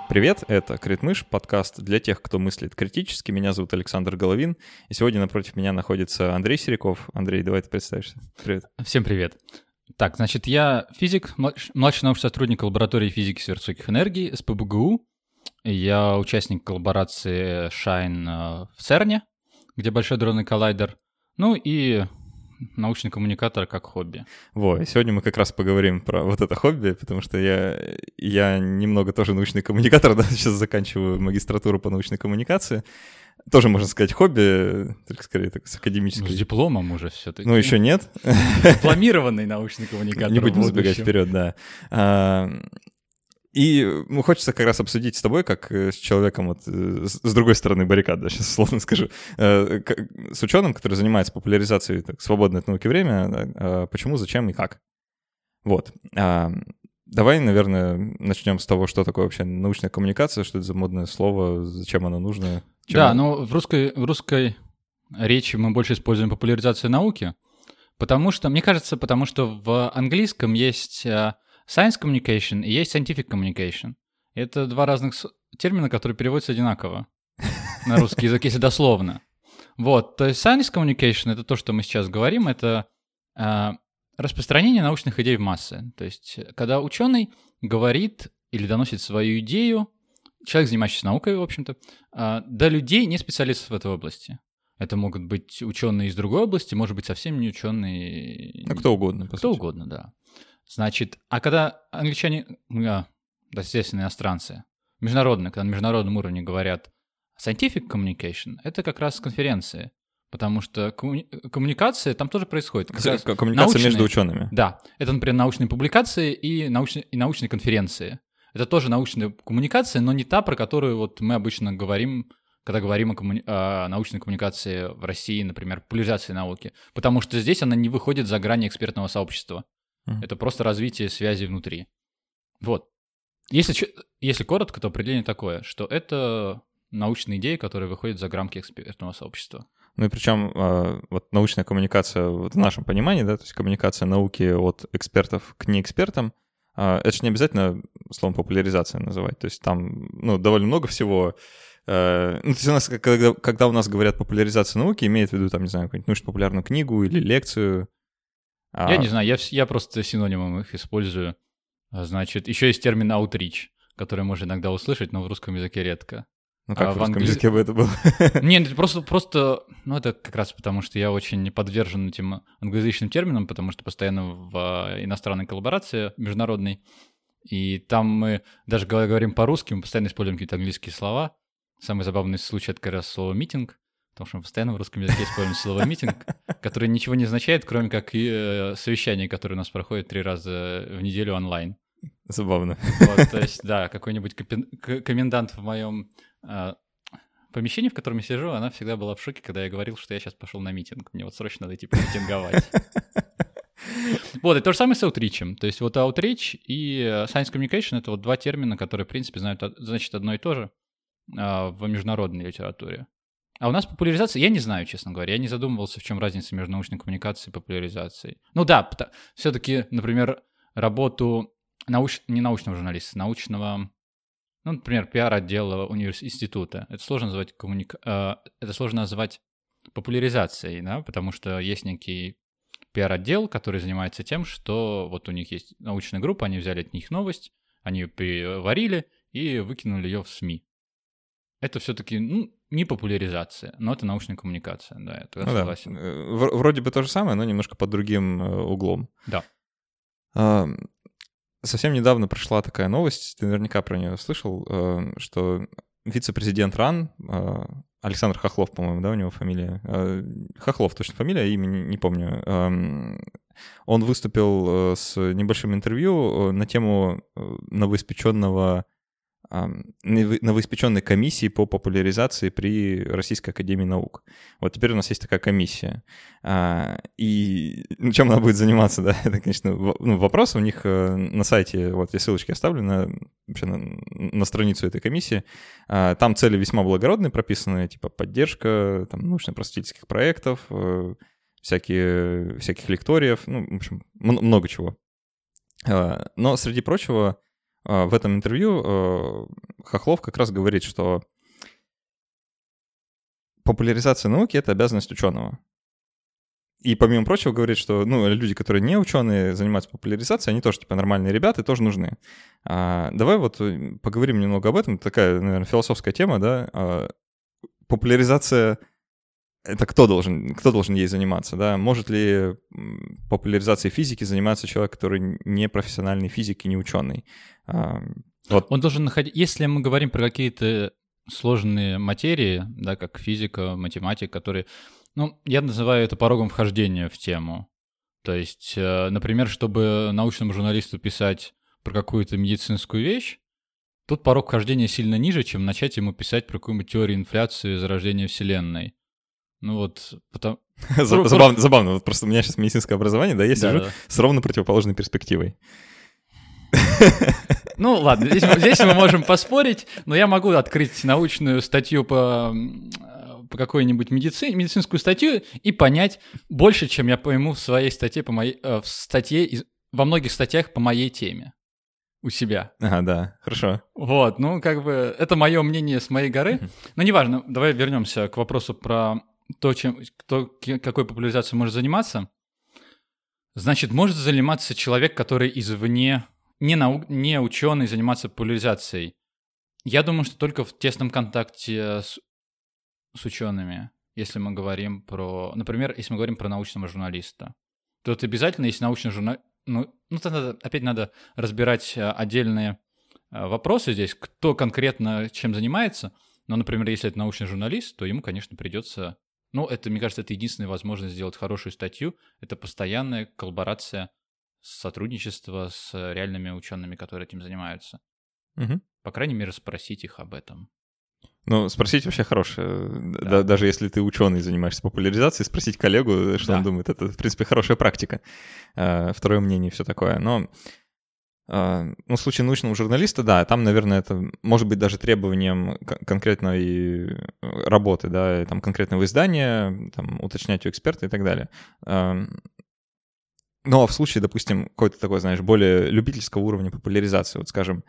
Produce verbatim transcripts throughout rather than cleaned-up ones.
Привет, это Критмыш, подкаст для тех, кто мыслит критически. Меня зовут Александр Головин, и сегодня напротив меня находится Андрей Сериков. Андрей, давай ты представишься. Привет. Всем привет. Так, значит, я физик, младший научный сотрудник лаборатории физики сверхвысоких энергий эс пэ бэ гэ у. Я участник коллаборации Shine в церне, где Большой адронный коллайдер. Ну и научный коммуникатор как хобби. Во, и сегодня мы как раз поговорим про вот это хобби, потому что я, я немного тоже научный коммуникатор, да, сейчас заканчиваю магистратуру по научной коммуникации. Тоже, можно сказать, хобби, только скорее так, с академической. Ну, с дипломом уже все-таки. Ну, еще нет. Дипломированный научный коммуникатор. Не будем забегать вперед, да. И ну, хочется как раз обсудить с тобой, как с человеком вот с другой стороны баррикад, да, сейчас условно скажу, с ученым, который занимается популяризацией так, свободной от науки время, почему, зачем и как. Вот. Давай, наверное, начнем с того, что такое вообще научная коммуникация, что это за модное слово, зачем оно нужно. Да, оно... ну в русской, в русской речи мы больше используем популяризацию науки, потому что, мне кажется, потому что в английском есть science communication и есть scientific communication. Это два разных термина, которые переводятся одинаково на русский язык, если дословно. Вот, то есть science communication — это то, что мы сейчас говорим, это э, распространение научных идей в массы. То есть когда ученый говорит или доносит свою идею, человек, занимающийся наукой, в общем-то, э, до людей, не специалистов в этой области. Это могут быть ученые из другой области, может быть, совсем не ученые. Ну, кто угодно, по Кто сути. угодно, да. Значит, а когда англичане, да, естественно, иностранцы, международные, когда на международном уровне говорят scientific communication, это как раз конференции, потому что коммуни- коммуникация там тоже происходит. Как раз коммуникация научные, между учеными. Да, это, например, научные публикации и научные, и научные конференции. Это тоже научная коммуникация, но не та, про которую вот мы обычно говорим, когда говорим о, коммуни- о научной коммуникации в России, например, популяризации науки, потому что здесь она не выходит за грани экспертного сообщества. Это просто развитие связи внутри. Вот. Если, если коротко, то определение такое, что это научные идеи, которые выходят за рамки экспертного сообщества. Ну и причем вот научная коммуникация вот в нашем понимании, да, то есть коммуникация науки от экспертов к неэкспертам, это же не обязательно словом популяризация называть. То есть там ну, довольно много всего. Ну, то есть у нас, когда, когда у нас говорят популяризация науки, имеет в виду, там, не знаю, какую-нибудь научно-популярную книгу или лекцию. Я а... не знаю, я, я просто синонимом их использую. Значит, еще есть термин outreach, который можно иногда услышать, но в русском языке редко. Ну как а в русском англи... языке бы это было? Нет, это просто, просто, ну это как раз потому, что я очень подвержен этим англоязычным терминам, потому что постоянно в иностранной коллаборации международной, и там мы даже говорим по-русски, мы постоянно используем какие-то английские слова. Самый забавный случай — это как раз слово «митинг», потому что мы постоянно в русском языке используем слово «митинг», которое ничего не означает, кроме как и э, совещание, которое у нас проходит три раза в неделю онлайн. Забавно. Вот, то есть, да, какой-нибудь копи- комендант в моем э, помещении, в котором я сижу, она всегда была в шоке, когда я говорил, что я сейчас пошел на митинг. Мне вот срочно надо идти помитинговать. Вот, и то же самое с аутричем. То есть вот outreach и science communication — это вот два термина, которые, в принципе, знают, значит одно и то же э, в международной литературе. А у нас популяризация, я не знаю, честно говоря, я не задумывался, в чем разница между научной коммуникацией и популяризацией. Ну да, все-таки, например, работу науч... не научного журналиста, научного, ну, например, пиар-отдела университета, это сложно назвать коммуника... это сложно назвать популяризацией, да, потому что есть некий пиар-отдел, который занимается тем, что вот у них есть научная группа, они взяли от них новость, они ее переварили и выкинули ее в СМИ. Это все-таки, ну, не популяризация, но это научная коммуникация, да, я ну согласен. Да. Вроде бы то же самое, но немножко под другим углом. Да. А, совсем недавно пришла такая новость, ты наверняка про нее слышал, что вице-президент РАН, Александр Хохлов, по-моему, да, у него фамилия, Хохлов точно фамилия, имя не, не помню, он выступил с небольшим интервью на тему новоиспеченного новоиспеченной комиссии по популяризации при Российской академии наук. Вот теперь у нас есть такая комиссия. И ну, чем она будет заниматься, да, это, конечно, ну, вопрос у них на сайте, вот я ссылочки оставлю на, вообще на, на страницу этой комиссии. Там цели весьма благородные прописаны, типа поддержка там, научно-просветительских проектов, всякие, всяких лекториев, ну, в общем, много чего. Но, среди прочего, в этом интервью Хохлов как раз говорит, что популяризация науки — это обязанность ученого. И помимо прочего говорит, что ну, люди, которые не ученые, занимаются популяризацией, они тоже типа нормальные ребята и тоже нужны. А, давай вот поговорим немного об этом. Такая, наверное, философская тема, да. А, популяризация — это кто должен, кто должен ей заниматься, да? Может ли популяризацией физики заниматься человек, который не профессиональный физик и не ученый? А, вот. Он должен находить... Если мы говорим про какие-то сложные материи, да, как физика, математика, которые... Ну, я называю это порогом вхождения в тему. То есть, например, чтобы научному журналисту писать про какую-то медицинскую вещь, тут порог вхождения сильно ниже, чем начать ему писать про какую-нибудь теорию инфляции, зарождения Вселенной. Ну вот, потому... Забавно, забавно. Вот просто у меня сейчас медицинское образование, да, я сижу с ровно противоположной перспективой. Ну ладно, здесь, здесь мы можем поспорить, но я могу открыть научную статью по... по какой-нибудь медици... медицинскую статью и понять больше, чем я пойму в своей статье, по моей... в статье, из... во многих статьях по моей теме у себя. Ага, да, хорошо. Вот, ну как бы это мое мнение с моей горы. Mm-hmm. Но неважно, давай вернемся к вопросу про то, чем... кто какой популяризацией может заниматься. Значит, может заниматься человек, который извне, не, нау... не ученый, заниматься популяризацией. Я думаю, что только в тесном контакте с с учеными, если мы говорим про... Например, если мы говорим про научного журналиста, то это обязательно, если научный журналист... Ну, ну тогда опять надо разбирать отдельные вопросы здесь, кто конкретно чем занимается. Но, например, если это научный журналист, то ему, конечно, придется... Ну, это, мне кажется, это единственная возможность сделать хорошую статью. Это постоянная коллаборация, сотрудничество с реальными учеными, которые этим занимаются. Угу. По крайней мере, спросить их об этом. Ну, спросить вообще хорошее. Да. Даже если ты ученый, занимаешься популяризацией, спросить коллегу, что да. он думает, это, в принципе, хорошая практика. Второе мнение, все такое. Но ну, в случае научного журналиста, да, там, наверное, это может быть даже требованием конкретной работы, да, там, конкретного издания, там, уточнять у эксперта и так далее. Но в случае, допустим, какой-то такой, знаешь, более любительского уровня популяризации, вот, скажем,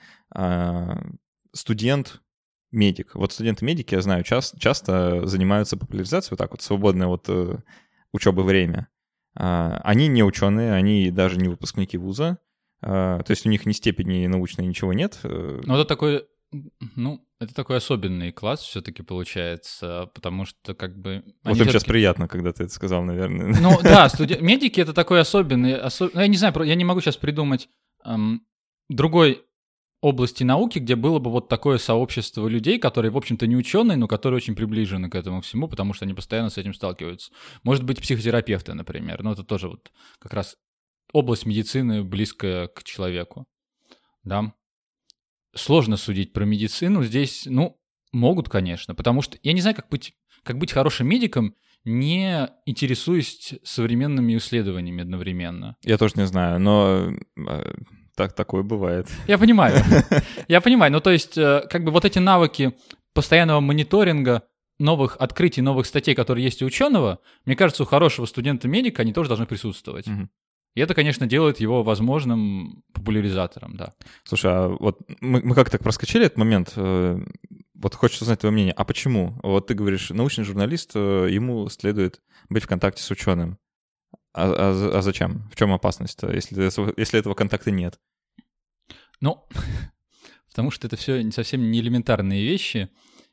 студент, медик. Вот студенты-медики, я знаю, часто, часто занимаются популяризацией вот так вот, свободное от э, учебы время. А, они не ученые, они даже не выпускники вуза, а, то есть у них ни степени научной, ничего нет. Ну, это такой, ну, это такой особенный класс все-таки получается, потому что как бы... Вот им сейчас приятно, когда ты это сказал, наверное. Ну, да, студ... медики — это такой особенный, особ... я не знаю, я не могу сейчас придумать эм, другой области науки, где было бы вот такое сообщество людей, которые, в общем-то, не ученые, но которые очень приближены к этому всему, потому что они постоянно с этим сталкиваются. Может быть, психотерапевты, например, но это тоже вот как раз область медицины, близкая к человеку, да. Сложно судить про медицину здесь, ну, могут, конечно, потому что я не знаю, как быть, как быть хорошим медиком, не интересуясь современными исследованиями одновременно. Я тоже не знаю, но... Так, такое бывает. Я понимаю. Я понимаю. Ну, то есть, как бы вот эти навыки постоянного мониторинга новых открытий, новых статей, которые есть у ученого, мне кажется, у хорошего студента-медика они тоже должны присутствовать. Угу. И это, конечно, делает его возможным популяризатором, да. Слушай, а вот мы, мы как-то проскочили этот момент. Вот хочется узнать твое мнение. А почему? Вот ты говоришь, научный журналист, ему следует быть в контакте с ученым. А, а, а зачем? В чем опасность, если, если этого контакта нет? Ну, потому что это все совсем не элементарные вещи,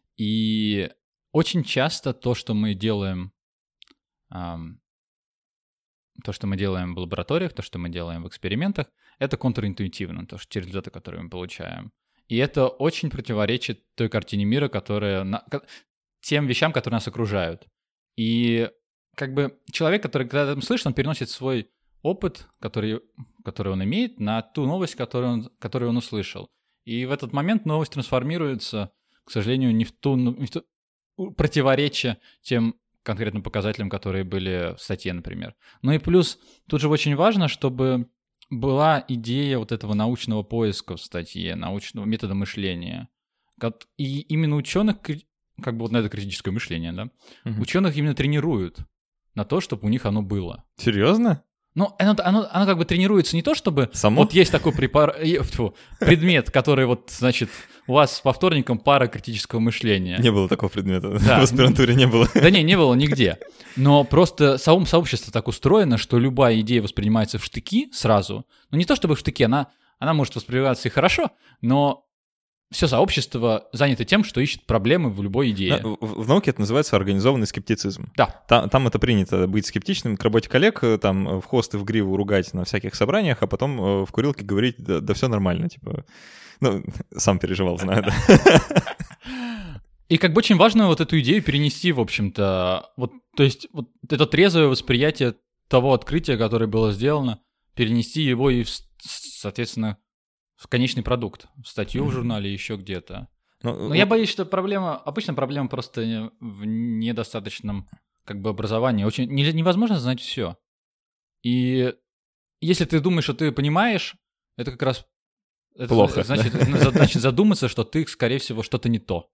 и очень часто то, что мы делаем, эм, то, что мы делаем в лабораториях, то, что мы делаем в экспериментах, это контринтуитивно, то, что те результаты, которые мы получаем. И это очень противоречит той картине мира, которая... На, тем вещам, которые нас окружают. И как бы человек, который когда это слышит, он переносит свой опыт, который, который он имеет, на ту новость, которую он, которую он услышал. И в этот момент новость трансформируется, к сожалению, не в ту, не в ту противоречие тем конкретным показателям, которые были в статье, например. Ну и плюс тут же очень важно, чтобы была идея вот этого научного поиска в статье, научного метода мышления. И именно ученых, как бы вот на это критическое мышление, да, угу. ученых именно тренируют на то, чтобы у них оно было. Серьезно? Ну, оно, оно, оно как бы тренируется не то, чтобы... Само? Вот есть такой препар... Фу, предмет, который вот, значит, у вас по вторникам пара критического мышления. Не было такого предмета. Да. В аспирантуре не было. Да не, не было нигде. Но просто само сообщество так устроено, что любая идея воспринимается в штыки сразу. Ну, не то чтобы в штыки, она, она может восприниматься и хорошо, но... Все сообщество занято тем, что ищет проблемы в любой идее. В, в, в науке это называется организованный скептицизм. Да. Там, там это принято быть скептичным к работе коллег, там в хвост и в гриву ругать на всяких собраниях, а потом в курилке говорить, да, да все нормально, типа, ну, сам переживал, знаю, да. И как бы очень важно вот эту идею перенести, в общем-то, вот, то есть вот это трезвое восприятие того открытия, которое было сделано, перенести его и, соответственно, в конечный продукт, в статью mm-hmm. в журнале, еще где-то. Но, Но ну, я боюсь, что проблема, обычно проблема просто в недостаточном как бы образовании. Очень невозможно знать все. И если ты думаешь, что ты понимаешь, это как раз это плохо. Значит, да? значит задуматься, что ты, скорее всего, что-то не то.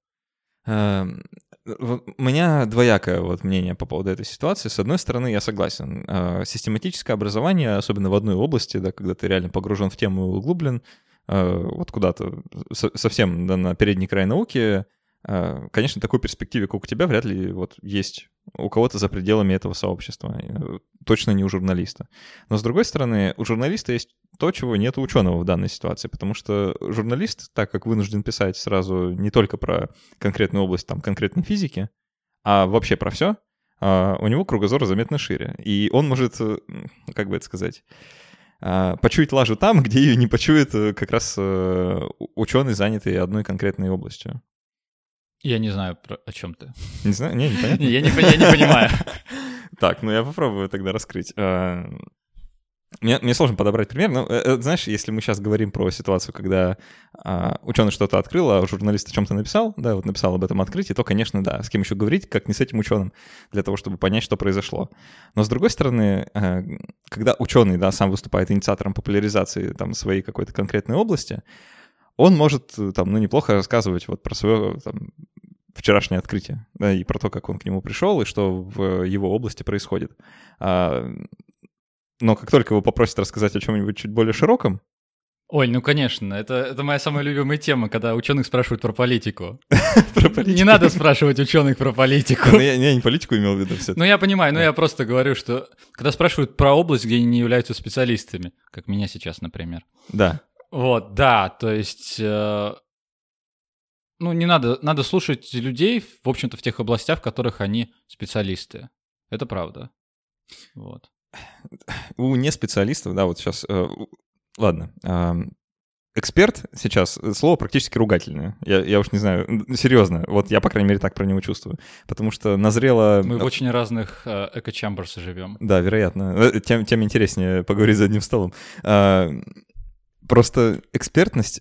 У меня двоякое вот мнение по поводу этой ситуации. С одной стороны, я согласен. Систематическое образование, особенно в одной области, да, когда ты реально погружен в тему и углублен, вот куда-то совсем да, на передний край науки, конечно, такой перспективе, как у тебя, вряд ли вот есть у кого-то за пределами этого сообщества. Точно не у журналиста. Но, с другой стороны, у журналиста есть то, чего нет у ученого в данной ситуации, потому что журналист, так как вынужден писать сразу не только про конкретную область там, конкретной физики, а вообще про все, у него кругозор заметно шире. И он может, как бы это сказать... почуять лажу там, где ее не почует как раз ученый, занятый одной конкретной областью. Я не знаю, про... о чем ты. Не знаю? Не, непонятно? Я не, я не понимаю. Так, ну я попробую тогда раскрыть. Мне, мне сложно подобрать пример, но, знаешь, если мы сейчас говорим про ситуацию, когда а, ученый что-то открыл, а журналист о чем-то написал, да, вот написал об этом открытии, то, конечно, да, с кем еще говорить, как не с этим ученым, для того, чтобы понять, что произошло. Но, с другой стороны, когда ученый, да, сам выступает инициатором популяризации там, своей какой-то конкретной области, он может там, ну, неплохо рассказывать вот про свое там, вчерашнее открытие, да, и про то, как он к нему пришел, и что в его области происходит. Но как только его попросят рассказать о чем-нибудь чуть более широком... Оль, ну конечно, это, это моя самая любимая тема, когда ученых спрашивают про политику. Про политику? Не надо спрашивать ученых про политику. Я не политику имел в виду все. Ну я понимаю, но я просто говорю, что когда спрашивают про область, где они не являются специалистами, как меня сейчас, например. Да. Вот, да, то есть... Ну, не надо, надо слушать людей, в общем-то, в тех областях, в которых они специалисты. Это правда. Вот. У неспециалистов, да, вот сейчас... Э, ладно. Э, эксперт сейчас слово практически ругательное. Я, я уж не знаю, серьезно. Вот я, по крайней мере, так про него чувствую. Потому что назрело... Мы в очень разных э, эко-чамберсах живем. Да, вероятно. Тем, тем интереснее поговорить за одним столом. Э, Просто экспертность,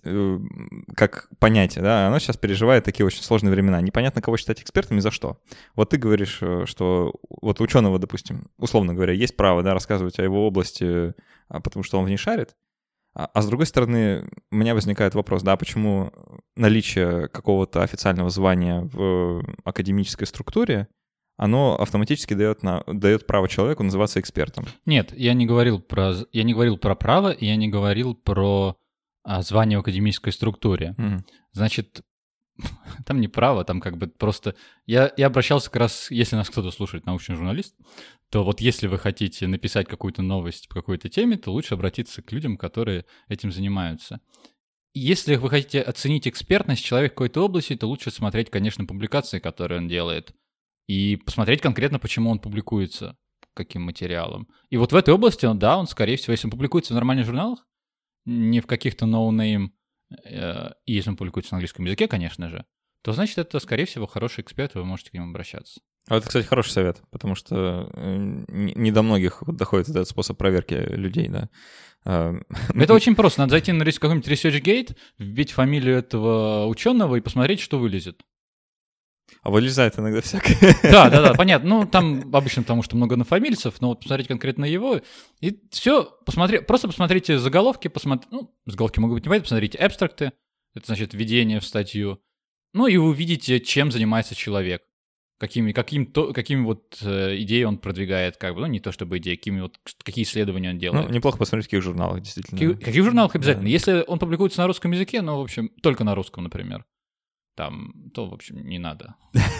как понятие, да, оно сейчас переживает такие очень сложные времена. Непонятно, кого считать экспертом и за что. Вот ты говоришь, что вот у ученого, допустим, условно говоря, есть право, да, рассказывать о его области, потому что он в ней шарит. А с другой стороны, у меня возникает вопрос, да, почему наличие какого-то официального звания в академической структуре, оно автоматически дает, на, дает право человеку называться экспертом. Нет, я не говорил про, я не говорил про право, я не говорил про а, звание в академической структуре. Mm. Значит, там не право, там как бы просто... Я, я обращался как раз, если нас кто-то слушает, научный журналист, то вот если вы хотите написать какую-то новость по какой-то теме, то лучше обратиться к людям, которые этим занимаются. Если вы хотите оценить экспертность человека в какой-то области, то лучше смотреть, конечно, публикации, которые он делает, и посмотреть конкретно, почему он публикуется, каким материалом. И вот в этой области, да, он, скорее всего, если он публикуется в нормальных журналах, не в каких-то no-name, э, и если он публикуется на английском языке, конечно же, то, значит, это, скорее всего, хороший эксперт, и вы можете к нему обращаться. А это, кстати, хороший совет, потому что не до многих доходит этот способ проверки людей, да. Это очень просто. Надо зайти на какой-нибудь ResearchGate, вбить фамилию этого ученого и посмотреть, что вылезет. А вылезает иногда всякое. Да, да, да, понятно. Ну, там обычно потому, что много однофамильцев, но вот посмотреть конкретно его, и все, посмотри, просто посмотрите заголовки, посмотрите, ну, заголовки могут быть не понятны, посмотрите абстракты, это значит введение в статью, ну, и вы увидите, чем занимается человек. какими, каким то, какими вот э, идеи он продвигает, как бы, ну, не то чтобы идеи, какими вот, какие исследования он делает. Ну, неплохо посмотреть, в каких журналах, действительно. Каких, каких журналах обязательно. Да. Если он публикуется на русском языке, ну, в общем, только на русском, например, там, то, в общем, не надо.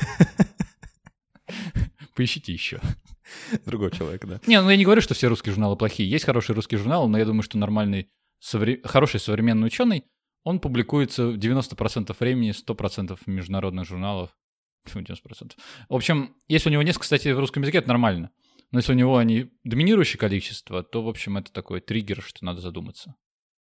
Поищите еще. Другой человек, да. Не, ну я не говорю, что все русские журналы плохие. Есть хорошие русские журналы, но я думаю, что нормальный, совре... хороший современный ученый, он публикуется в девяносто процентов времени, сто процентов международных журналов. девяносто процентов. В общем, если у него несколько статей в русском языке, это нормально. Но если у него они доминирующее количество, то, в общем, это такой триггер, что надо задуматься.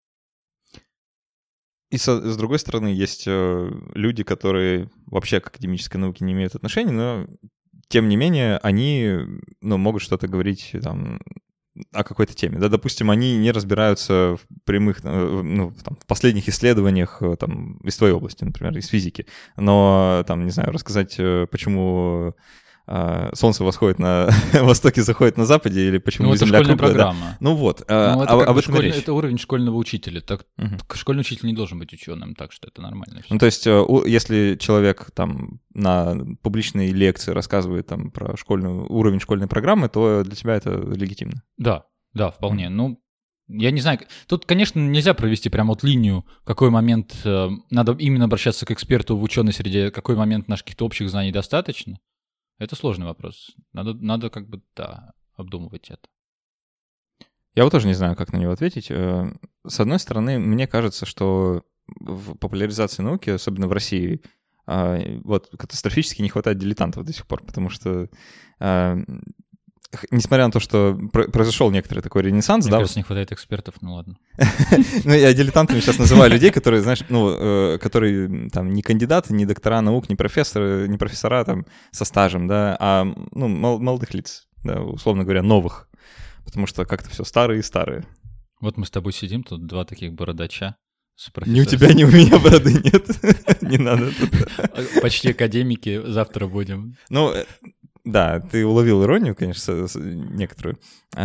И со, с другой стороны, есть э, люди, которые вообще к академической науке не имеют отношения, но тем не менее они ну, могут что-то говорить там, о какой-то теме. Да, допустим, они не разбираются в прямых, ну, там, в последних исследованиях там, из твоей области, например, из физики, но, там, не знаю, рассказать, почему Солнце восходит на востоке, заходит на западе, или почему ну, Земля круглая. Это школьная программа. Да? Ну вот, ну, а, это, об этом школь... речь. Это уровень школьного учителя. Так, угу. Школьный учитель не должен быть ученым, так что это нормально. Все. Ну то есть, если человек там на публичной лекции рассказывает там про школьную, уровень школьной программы, то для тебя это легитимно. Да, да, вполне. Mm. Ну, я не знаю. Тут, конечно, нельзя провести прям вот линию, в какой момент э, надо именно обращаться к эксперту в ученой среде, в какой момент наших каких-то общих знаний достаточно. Это сложный вопрос. Надо, надо как бы, да, обдумывать это. Я вот тоже не знаю, как на него ответить. С одной стороны, мне кажется, что в популяризации науки, особенно в России, вот катастрофически не хватает дилетантов до сих пор, потому что, несмотря на то, что произошел некоторый такой ренессанс... Мне да, кажется, не хватает экспертов, ну ладно. Ну, я дилетантами сейчас называю людей, которые, знаешь, ну, которые там не кандидаты, не доктора наук, не профессоры, не профессора там со стажем, да, а, ну, молодых лиц, да, условно говоря, новых, потому что как-то все старые и старые. Вот мы с тобой сидим, тут два таких бородача. Ни у тебя, ни у меня бороды нет. Не надо. Почти академики, завтра будем. Ну, да, ты уловил иронию, конечно, некоторую.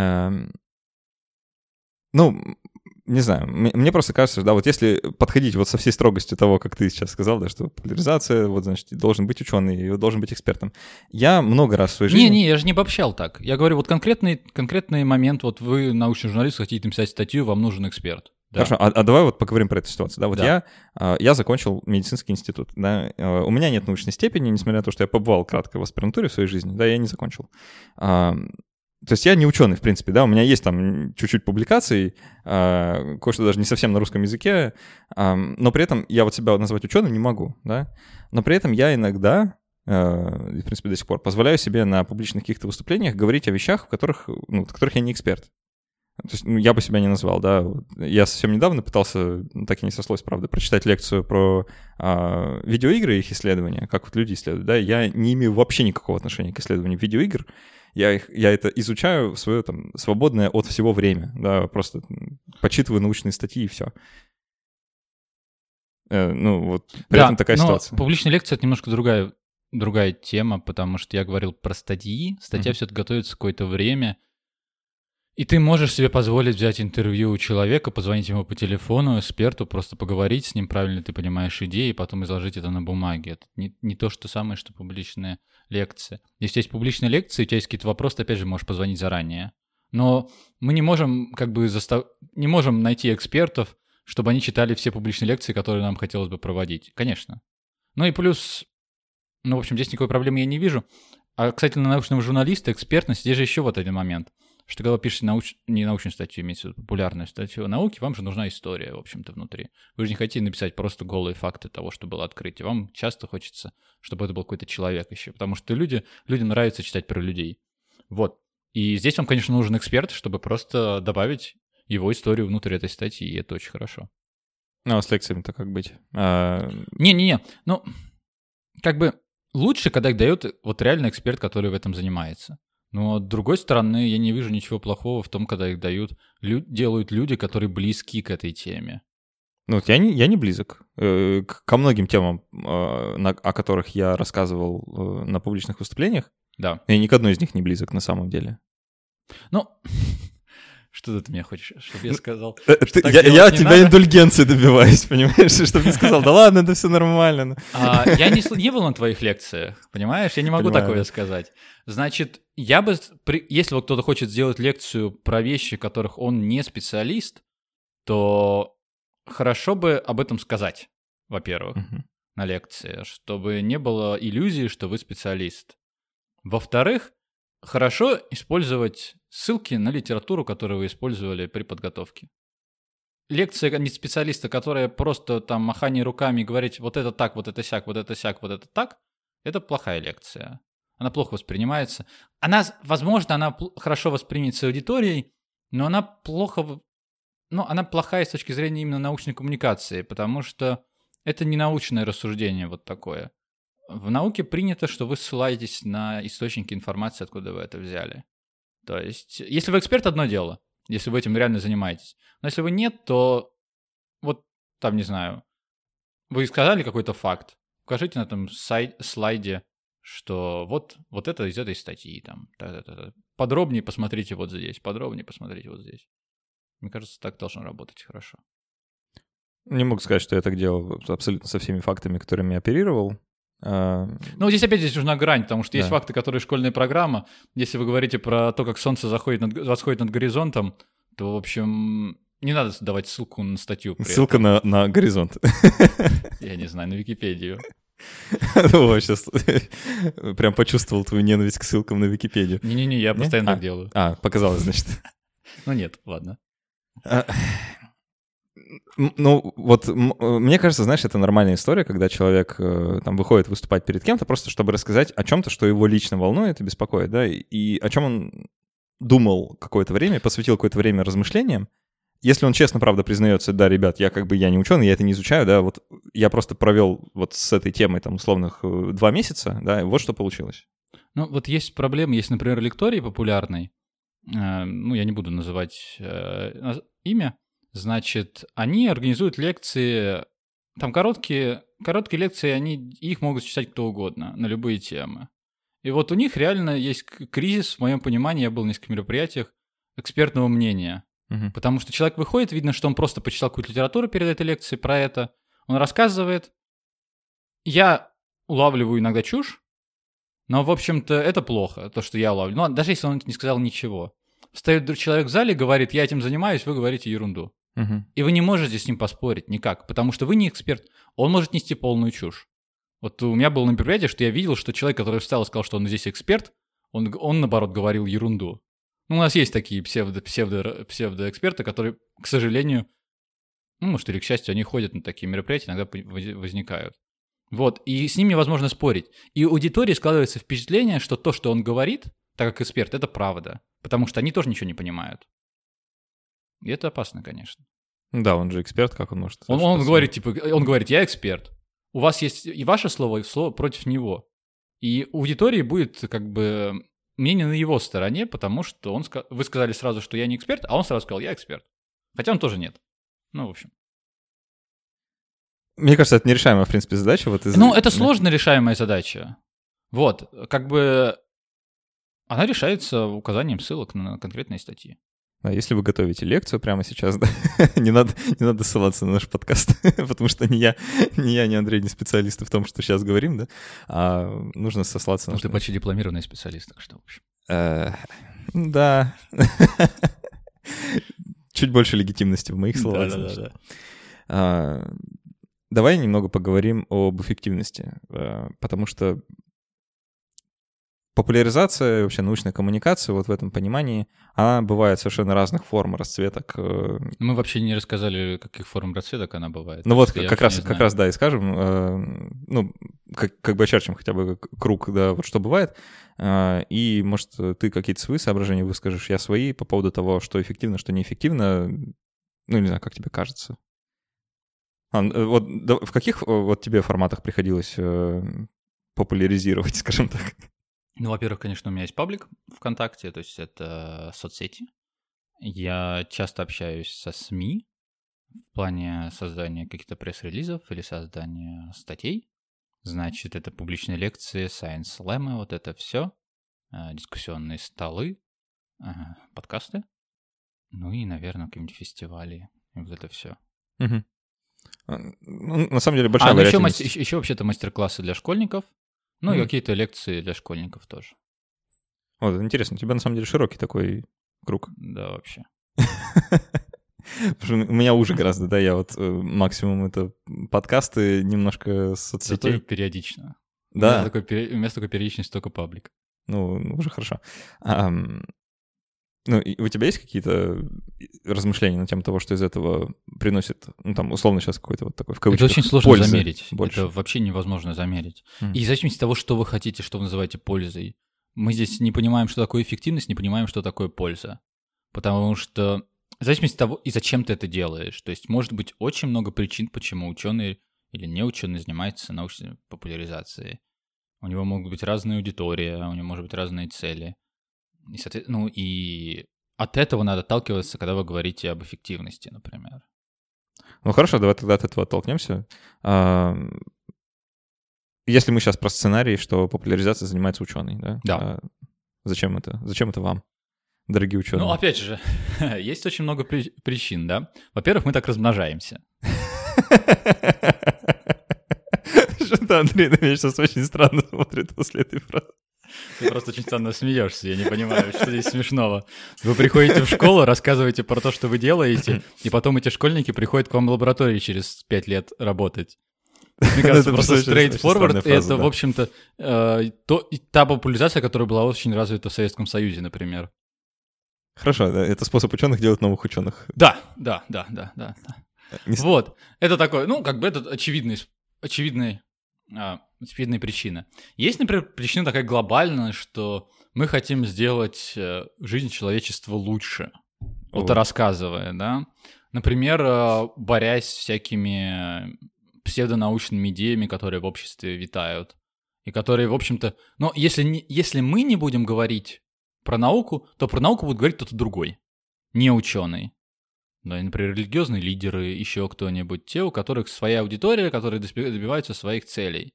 Ну, не знаю, мне просто кажется, да, вот если подходить вот со всей строгостью того, как ты сейчас сказал, да, что популяризация, вот, значит, должен быть ученый, должен быть экспертом. Я много раз в своей жизни... Не-не, я же не обобщал так. Я говорю, вот конкретный, конкретный момент, вот вы, научный журналист, хотите написать статью, вам нужен эксперт. Да. Хорошо, а, а давай вот поговорим про эту ситуацию. Да, вот да. я, я закончил медицинский институт, да, у меня нет научной степени, несмотря на то, что я побывал кратко в аспирантуре в своей жизни, да, я не закончил. То есть я не ученый, в принципе, да, у меня есть там чуть-чуть публикаций, э, кое-что даже не совсем на русском языке, э, но при этом я вот себя назвать ученым не могу, да, но при этом я иногда, э, в принципе, до сих пор позволяю себе на публичных каких-то выступлениях говорить о вещах, в которых, ну, в которых я не эксперт. То есть, ну, я бы себя не назвал, да. Я совсем недавно пытался, так и не сослось, правда, прочитать лекцию про э, видеоигры и их исследования, как вот люди исследуют, да. Я не имею вообще никакого отношения к исследованию видеоигр. Я, их, я это изучаю в свое там свободное от всего время, да, просто почитываю научные статьи и все. Э, ну, вот при да, этом такая но ситуация. Публичная лекция — это немножко другая, другая тема, потому что я говорил про статьи. Статья mm-hmm. все-таки готовится какое-то время, и ты можешь себе позволить взять интервью у человека, позвонить ему по телефону, эксперту, просто поговорить с ним, правильно ты понимаешь идеи, и потом изложить это на бумаге. Это не, не то, что самое, что публичная лекция. Если есть публичная лекция, у тебя есть какие-то вопросы, ты опять же можешь позвонить заранее. Но мы не можем как бы застав... не можем найти экспертов, чтобы они читали все публичные лекции, которые нам хотелось бы проводить. Конечно. Ну и плюс, ну, в общем, здесь никакой проблемы я не вижу. А, кстати, на научного журналиста, экспертность, здесь же еще вот один момент. Что когда вы пишете науч... не научную статью, имеется в виду популярную статью о науке, вам же нужна история, в общем-то, внутри. Вы же не хотите написать просто голые факты того, что было открытие. Вам часто хочется, чтобы это был какой-то человек еще, потому что люди, людям нравится читать про людей. Вот. И здесь вам, конечно, нужен эксперт, чтобы просто добавить его историю внутрь этой статьи, и это очень хорошо. Ну, а с лекциями-то как быть? А... Не-не-не, ну, как бы лучше, когда их дает вот реально эксперт, который в этом занимается. Но, с другой стороны, я не вижу ничего плохого в том, когда их дают, лю- делают люди, которые близки к этой теме. Ну, вот я не, я не близок э, к, ко многим темам, э, на, о которых я рассказывал э, на публичных выступлениях. Да. Я ни к одной из них не близок на самом деле. Ну, Что ты мне хочешь, чтобы я сказал? Э, ты- так Я делать я от не тебя надо? индульгенции добиваюсь, понимаешь? Чтобы ты сказал, да ладно, это все нормально. ну». А, я не, сл- не был на твоих лекциях, понимаешь? Я не могу Понимаю, такое да. сказать. Значит, я бы, с- при- если вот кто-то хочет сделать лекцию про вещи, в которых он не специалист, то хорошо бы об этом сказать, во-первых, Мгм. на лекции, чтобы не было иллюзии, что вы специалист. Во-вторых, хорошо использовать ссылки на литературу, которую вы использовали при подготовке. Лекция не специалиста, которая просто там махание руками и говорить вот это так, вот это сяк, вот это сяк, вот это так, это плохая лекция. Она плохо воспринимается. Она, возможно, она пл- хорошо воспримется аудиторией, но она плохо, в- ну, она плохая с точки зрения именно научной коммуникации, потому что это не научное рассуждение вот такое. В науке принято, что вы ссылаетесь на источники информации, откуда вы это взяли. То есть, если вы эксперт, одно дело, если вы этим реально занимаетесь. Но если вы нет, то вот там, не знаю, вы сказали какой-то факт, укажите на этом сай- слайде, что вот, вот это из этой статьи, там, та-та-та-та. Подробнее посмотрите вот здесь, подробнее посмотрите вот здесь. Мне кажется, так должно работать хорошо. Не могу сказать, что я так делал абсолютно со всеми фактами, которыми я оперировал. А, Ну, здесь опять здесь нужна грань, потому что есть Да. факты, которые школьная программа. Если вы говорите про то, как солнце заходит над, восходит над горизонтом, то, в общем, не надо давать ссылку на статью. При Ссылка на, на горизонт. этом. Я не знаю, на Википедию. О, сейчас прям почувствовал твою ненависть к ссылкам на Википедию. Не-не-не, я Не? постоянно А. так делаю. А, показалось, значит. Ну нет, ладно. А, м, Ну, вот м, э, мне кажется, знаешь, это нормальная история, когда человек э, там выходит выступать перед кем-то, просто чтобы рассказать о чем-то, что его лично волнует и беспокоит, да, и- и о чем он думал какое-то время, посвятил какое-то время размышлениям. Если он честно, правда, признается, да, ребят, я как бы я не ученый, я это не изучаю, да, вот я просто провел вот с этой темой там условных э, два месяца, да, и вот что получилось. Ну, вот есть проблема, есть, например, лекторий популярный, э, ну, я не буду называть э, наз- имя, значит, они организуют лекции, там короткие, короткие лекции, они, их могут читать кто угодно, на любые темы. И вот у них реально есть к- кризис, в моем понимании, я был на нескольких мероприятиях, экспертного мнения. Мгм. Потому что человек выходит, видно, что он просто почитал какую-то литературу перед этой лекцией про это, он рассказывает. Я улавливаю иногда чушь, но, в общем-то, это плохо, то, что я улавливаю. Ну, даже если он не сказал ничего. Встает друг- человек в зале, говорит, я этим занимаюсь, вы говорите ерунду. Мгм. И вы не можете с ним поспорить никак, потому что вы не эксперт. Он может нести полную чушь. Вот у меня было на мероприятии, что я видел, что человек, который встал и сказал, что он здесь эксперт, он, он наоборот, говорил ерунду. Ну, у нас есть такие псевдо, псевдо, псевдоэксперты, которые, к сожалению, ну, может, или к счастью, они ходят на такие мероприятия, иногда по- воз- возникают. Вот, и с ним невозможно спорить. И у аудитории складывается впечатление, что то, что он говорит, так как эксперт, это правда. Потому что они тоже ничего не понимают. И это опасно, конечно. Да, он же эксперт, как он может... Он, что-то он с- говорит, типа, он говорит, я эксперт. У вас есть и ваше слово, и слово против него. И у аудитории будет как бы мнение на его стороне, потому что он, ска- вы сказали сразу, что я не эксперт, а он сразу сказал, я эксперт. Хотя он тоже нет. Ну, в общем. Мне кажется, это нерешаемая, в принципе, задача. Вот из- Ну, это да. сложно решаемая задача. Вот, как бы она решается указанием ссылок на конкретные статьи. Да, если вы готовите лекцию прямо сейчас, да, не надо, не надо ссылаться на наш подкаст, потому что ни я, ни я, ни Андрей не специалисты в том, что сейчас говорим, да, а нужно сослаться на... Ну, ты почти дипломированный специалист, так что, в общем. Э, Да. Чуть больше легитимности в моих словах. значит. Да-да-да. А, Давай немного поговорим об эффективности, э, потому что популяризация, вообще научная коммуникация, вот в этом понимании, она бывает совершенно разных форм, расцветок. э, Мы вообще не рассказали, каких форм расцветок она бывает. Ну вот Просто я как вообще раз, не как знаю. раз, да, и скажем, э, ну, как, как бы очерчим хотя бы к- круг, да, вот что бывает, э, и, может, ты какие-то свои соображения выскажешь, я свои по поводу того, что эффективно, что неэффективно, ну, не знаю, как тебе кажется. А, э, вот да, в каких э, вот тебе форматах приходилось э, популяризировать, скажем так? Ну, во-первых, конечно, у меня есть паблик ВКонтакте, то есть это соцсети. Я часто общаюсь со СМИ в плане создания каких-то пресс-релизов или создания статей. Значит, это публичные лекции, сайенс-слэмы, вот это все, дискуссионные столы, ага, подкасты. Ну и, наверное, какие-нибудь фестивали, и вот это все. Угу. Ну, на самом деле большая а, ну еще, вероятность... еще, еще вообще-то мастер-классы для школьников, ну mm. и какие-то лекции для школьников тоже. Вот, интересно, у тебя на самом деле широкий такой круг. Да, вообще. Потому что у меня уже гораздо, да, я вот максимум это подкасты, немножко соцсетей. Зато периодично. Да. У меня такой, у меня такой периодичность только паблик. Ну, уже хорошо. А, ну, и у тебя есть какие-то размышления на тему того, что из этого приносит, ну, там, условно сейчас какой-то вот такой, в кавычках, это очень сложно пользы замерить. больше? Это вообще невозможно замерить. Mm. И в зависимости от того, что вы хотите, что вы называете пользой. Мы здесь не понимаем, что такое эффективность, не понимаем, что такое польза. Потому что в зависимости от того, и зачем ты это делаешь. То есть может быть очень много причин, почему ученый или не ученый занимается научной популяризацией. У него могут быть разные аудитории, у него может быть разные цели. И, соответ... ну, и от этого надо отталкиваться, когда вы говорите об эффективности, например. Ну хорошо, давай тогда от этого оттолкнемся. Если мы сейчас про сценарий, что популяризацией занимается ученый, да? Да. А зачем это? Зачем это вам, дорогие ученые? Ну, опять же, есть очень много при... причин, да? Во-первых, мы так размножаемся. Что-то Андрей на меня сейчас очень странно смотрит после этой фразы. Ты просто очень странно смеешься, я не понимаю, что здесь смешного. Вы приходите в школу, рассказываете про то, что вы делаете, и потом эти школьники приходят к вам в лаборатории через пять лет работать. Мне кажется, просто straight forward, это, в общем-то, та популяризация, которая была очень развита в Советском Союзе, например. Хорошо, это способ ученых делать новых ученых. Да, да, да, да, да. Вот, это такое, ну, как бы это очевидный, очевидный А, очевидная причина. Есть, например, причина такая глобальная, что мы хотим сделать жизнь человечества лучше, вот рассказывая, да. Например, борясь с всякими псевдонаучными идеями, которые в обществе витают, и которые, в общем-то... Но если, не, если мы не будем говорить про науку, то про науку будет говорить кто-то другой, не ученый. Да, например, религиозные лидеры, еще кто-нибудь, те, у которых своя аудитория, которые добиваются своих целей.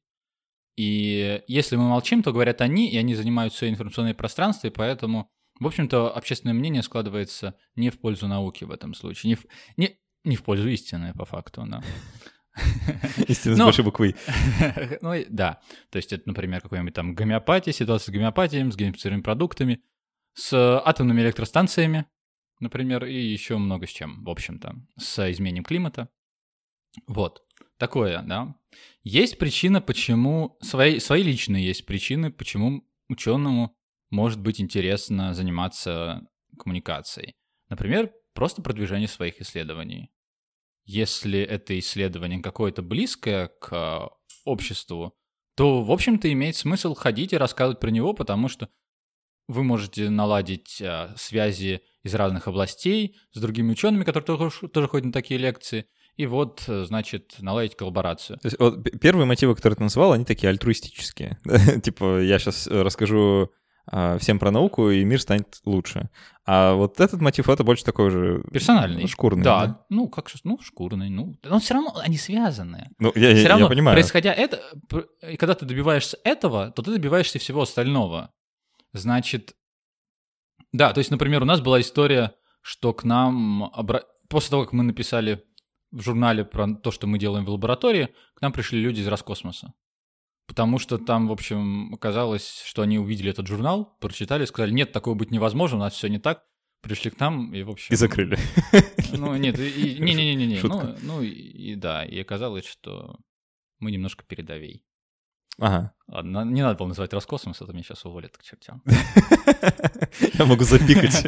И если мы молчим, то говорят они, и они занимают все информационное пространство, и поэтому, в общем-то, общественное мнение складывается не в пользу науки в этом случае, не в, не, не в пользу истины, по факту, да. Истина с большой буквы. Ну, да. То есть это, например, какой-нибудь там гомеопатия, ситуация с гомеопатией, с генетическими продуктами, с атомными электростанциями, например, и еще много с чем, в общем-то, с изменением климата. Вот, такое, да. Есть причина, почему, свои, свои личные есть причины, почему ученому может быть интересно заниматься коммуникацией. Например, просто продвижение своих исследований. Если это исследование какое-то близкое к обществу, то, в общем-то, имеет смысл ходить и рассказывать про него, потому что вы можете наладить а, связи из разных областей с другими учеными, которые тоже, тоже ходят на такие лекции, и вот, значит, наладить коллаборацию. То есть, вот, первые мотивы, которые ты назвал, они такие альтруистические. Типа, я сейчас расскажу а, всем про науку, и мир станет лучше. А вот этот мотив, это больше такой же... Персональный. Шкурный. Да, да? ну, как ну, шкурный, ну... Но все равно они связаны. Ну, я, все я, равно, я понимаю. Происходя это... И когда ты добиваешься этого, то ты добиваешься всего остального. Значит... Да, то есть, например, у нас была история, что к нам... Обра... После того, как мы написали в журнале про то, что мы делаем в лаборатории, к нам пришли люди из Роскосмоса. Потому что там, в общем, оказалось, что они увидели этот журнал, прочитали, сказали, нет, такого быть невозможно, у нас все не так. Пришли к нам и, в общем... И закрыли. Ну, нет, не-не-не-не. Ну, ну, и да, и оказалось, что мы немножко передовей. Ага. Ладно, не надо было называть Роскосмос, а то меня сейчас уволят к чертям. Я могу запикать.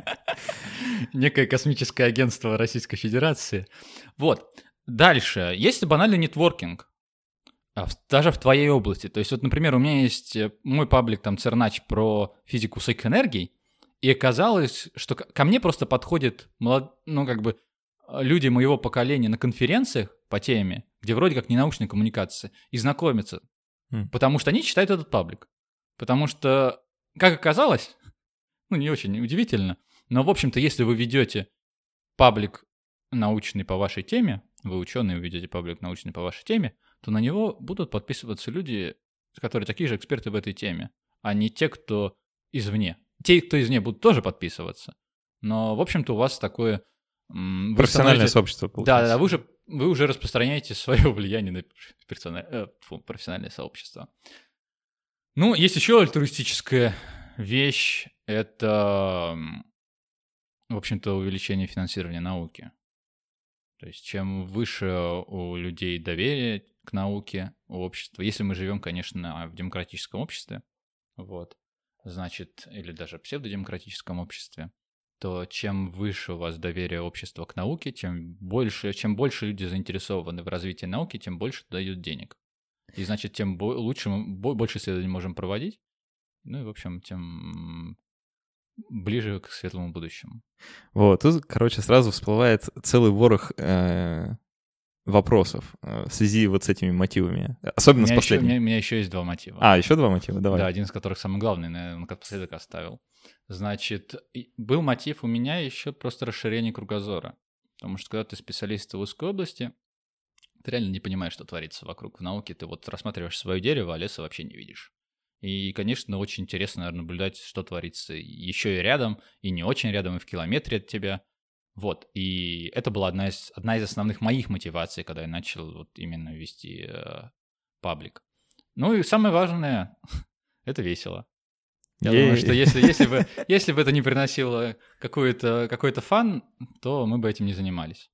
Некое космическое агентство Российской Федерации. Вот. Дальше. Есть банальный нетворкинг. Даже в твоей области. То есть, вот, например, у меня есть мой паблик, там, Цернач про физику высоких энергий, и оказалось, что ко мне просто подходят, молод... ну, как бы, люди моего поколения на конференциях по теме, где вроде как не научная коммуникация, и знакомятся. Mm. Потому что они читают этот паблик. Потому что, как оказалось, ну, не очень удивительно, но, в общем-то, если вы ведете паблик научный по вашей теме, вы ученые, вы ведете паблик научный по вашей теме, то на него будут подписываться люди, которые такие же эксперты в этой теме, а не те, кто извне. Те, кто извне, будут тоже подписываться, Но, в общем-то, у вас такое... М, вы Профессиональное становитесь- сообщество, Да, получается. да, вы уже, вы уже распространяете свое влияние на персона- э, фу, профессиональное сообщество. Ну, есть еще альтруистическая вещь. Это, м, в общем-то, увеличение финансирования науки. То есть чем выше у людей доверие к науке, у общества, если мы живем, конечно, в демократическом обществе, вот, значит, или даже псевдодемократическом обществе, то чем выше у вас доверие общества к науке, тем больше, чем больше люди заинтересованы в развитии науки, тем больше дают денег. И значит, тем бо- лучше мы бо- больше исследований можем проводить, ну и, в общем, тем ближе к светлому будущему. Вот, тут, короче, сразу всплывает целый ворох э, вопросов э, в связи вот с этими мотивами. У Особенно с меня, еще, у, последним. меня, у меня еще есть два мотива. А, еще два мотива, давай. Да, один из которых самый главный, наверное, как последок оставил. Значит, и- был мотив у меня еще просто расширение кругозора. Потому что когда ты специалист в узкой области, ты реально не понимаешь, что творится вокруг в науке. Ты вот рассматриваешь свое дерево, а леса вообще не видишь. И, конечно, очень интересно, наверное, наблюдать, что творится еще и рядом, и не очень рядом, и в километре от тебя. Вот, и это была одна из, одна из основных моих мотиваций, когда я начал вот именно вести э, паблик. Ну и самое важное, это весело. Я Ей. думаю, что если, если, бы, если бы это не приносило какой-то, какой-то фан, то мы бы этим не занимались.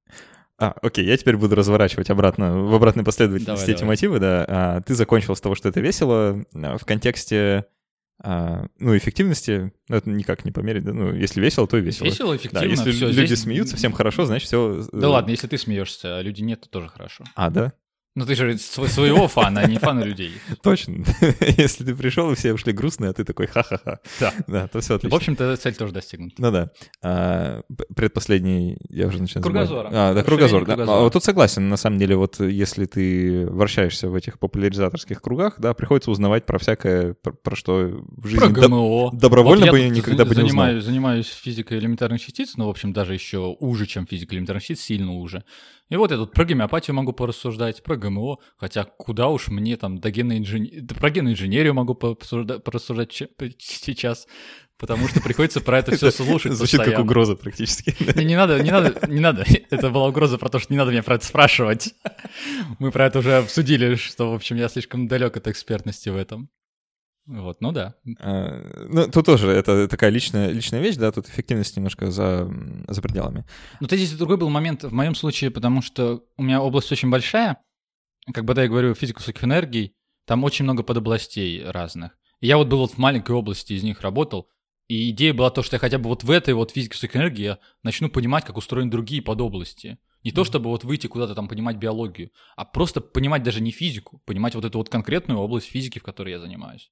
А, окей, я теперь буду разворачивать обратно, в обратной последовательности Давай, эти давай. мотивы, да. А, ты закончил с того, что это весело, а, в контексте, а, ну, эффективности, ну, это никак не померить, да, ну, если весело, то и весело. Весело, эффективно. Да, если всё, люди здесь- смеются, всем хорошо, значит, все... Да ладно, если ты смеешься, а люди нет, то тоже хорошо. А, да? Ну ты же св- своего фана, а не фана людей. Точно. Если ты пришел, и все ушли грустные, а ты такой ха-ха-ха. Да. Да, то все В отлично. общем-то, цель тоже достигнута. Ну да. А, п- предпоследний, я уже начинаю Кругозора. забывать. А, да, Расширение кругозор. Да. кругозора. А вот тут согласен, на самом деле, вот если ты вращаешься в этих популяризаторских кругах, да, приходится узнавать про всякое, про, про что в жизни... Про до- ГМО. добровольно Вот бы я тут никогда бы не узнал. занимаюсь, занимаюсь физикой элементарных частиц, ну, в общем, даже еще уже, чем физика элементарных частиц, сильно уже. И вот я тут про гомеопатию могу порассуждать, про ГМО, хотя куда уж мне там до генной инженерии... Про генную инженерию могу порассужда- порассуждать че- сейчас, потому что приходится про это все слушать Звучит как постоянно. угроза практически. Не, не надо, не надо, не надо. Это была угроза про то, что не надо меня про это спрашивать. Мы про это уже обсудили, что, в общем, я слишком далек от экспертности в этом. Вот, ну да. А, Ну, тут тоже это такая личная, личная вещь, да, тут эффективность немножко за, за пределами. Но то здесь другой был момент в моем случае, потому что у меня область очень большая. Как бы, да, я говорю, физика высоких энергий, там очень много подобластей разных. И я вот был вот в маленькой области, из них работал, и идея была то, что я хотя бы вот в этой вот физике высоких энергий я начну понимать, как устроены другие подобласти. Не то, чтобы вот выйти куда-то там понимать биологию, а просто понимать даже не физику, понимать вот эту вот конкретную область физики, в которой я занимаюсь.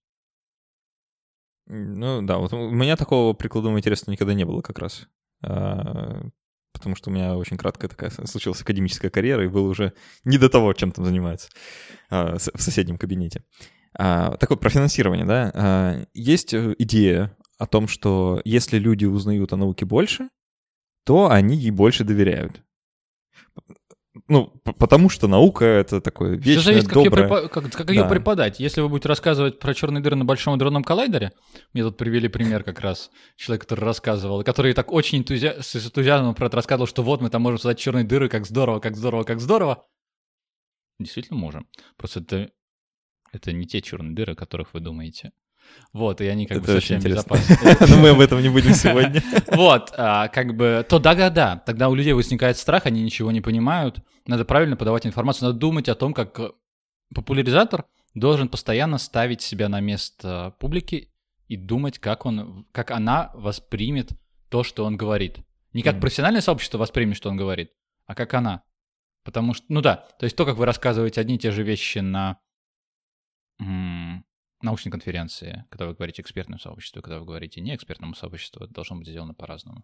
Ну да, вот у меня такого прикладного интереса никогда не было как раз. А, Потому что у меня очень краткая такая случилась академическая карьера, и было уже не до того, чем там занимается а, с- в соседнем кабинете. А, Так вот, про финансирование, да. А, Есть э, идея о том, что если люди узнают о науке больше, то они ей больше доверяют. Ну, п- потому что наука — это такое Все вечное, зависит, как, ее, доброе. препо- как, как ее Да. преподать. Если вы будете рассказывать про черные дыры на Большом адронном коллайдере, мне тут привели пример как раз, человек, который рассказывал, который так очень энтузиа- с энтузиазмом про это рассказывал, что вот мы там можем создать черные дыры, как здорово, как здорово, как здорово. Действительно можем. Просто это, это не те черные дыры, о которых вы думаете. Вот, и они как Это бы очень совсем интересно. безопасны. Но мы об этом не будем сегодня. Вот, а, как бы, то да-да-да, тогда у людей возникает страх, они ничего не понимают, надо правильно подавать информацию, надо думать о том, как э, популяризатор должен постоянно ставить себя на место публики и думать, как он, как она воспримет то, что он говорит. Не как Мгм. профессиональное сообщество воспримет, что он говорит, а как она. Потому что, ну да, то есть то, как вы рассказываете одни и те же вещи на м, научной конференции, когда вы говорите экспертному сообществу, когда вы говорите не экспертному сообществу, это должно быть сделано по-разному.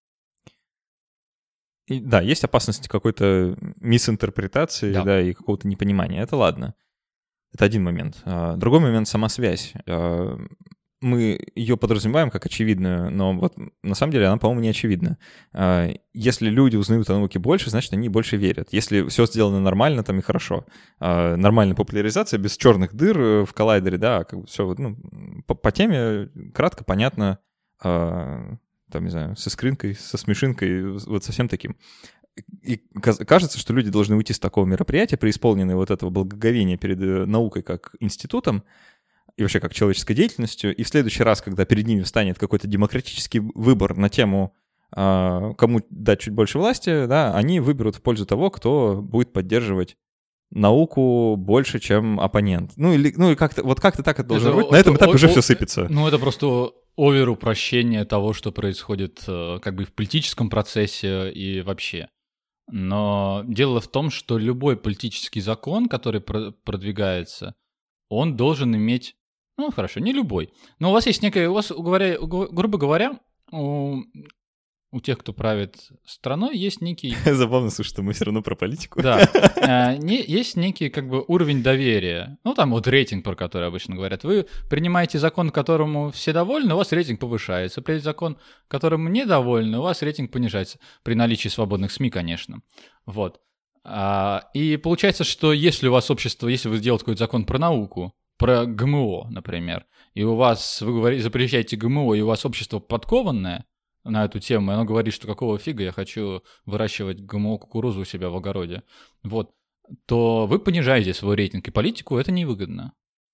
И, да, есть опасность какой-то мисинтерпретации, Да. да. и какого-то непонимания. Это ладно. Это один момент. А, Другой момент — сама связь. А, Мы ее подразумеваем как очевидную, но вот на самом деле она, по-моему, не очевидна. А, Если люди узнают о науке больше, значит, они больше верят. Если все сделано нормально, там и хорошо. А, Нормальная популяризация, без черных дыр э, в коллайдере, да, как бы все ну, по, по теме кратко, понятно, а, там, не знаю, со скринкой, со смешинкой, вот совсем таким. И кажется, что люди должны уйти с такого мероприятия, преисполненные вот этого благоговения перед наукой как институтом и вообще как человеческой деятельностью, и в следующий раз, когда перед ними встанет какой-то демократический выбор на тему, кому дать чуть больше власти, да, они выберут в пользу того, кто будет поддерживать науку больше, чем оппонент. Ну, или, ну, как-то, вот как-то так это должно это, быть. На этом этапе о, уже о, все сыпется. Ну, это просто овер-упрощение того, что происходит как бы в политическом процессе и вообще. Но дело в том, что любой политический закон, который продвигается, он должен иметь... Ну, хорошо, не любой. Но у вас есть некая... У вас, говоря, грубо говоря, у... У тех, кто правит страной, есть некий... Забавно, слушай, что мы все равно про политику. Да. Есть некий как бы уровень доверия. Ну, там вот рейтинг, про который обычно говорят. Вы принимаете закон, которому все довольны, у вас рейтинг повышается. При закон, которому недовольны, у вас рейтинг понижается. При наличии свободных СМИ, конечно. Вот. И получается, что если у вас общество, если вы сделаете какой-то закон про науку, про ГМО, например, и у вас, вы говорите, запрещаете ГМО, и у вас общество подкованное на эту тему, и оно говорит, что какого фига я хочу выращивать ГМО-кукурузу у себя в огороде, вот, то вы понижаете свой рейтинг, и политику это невыгодно.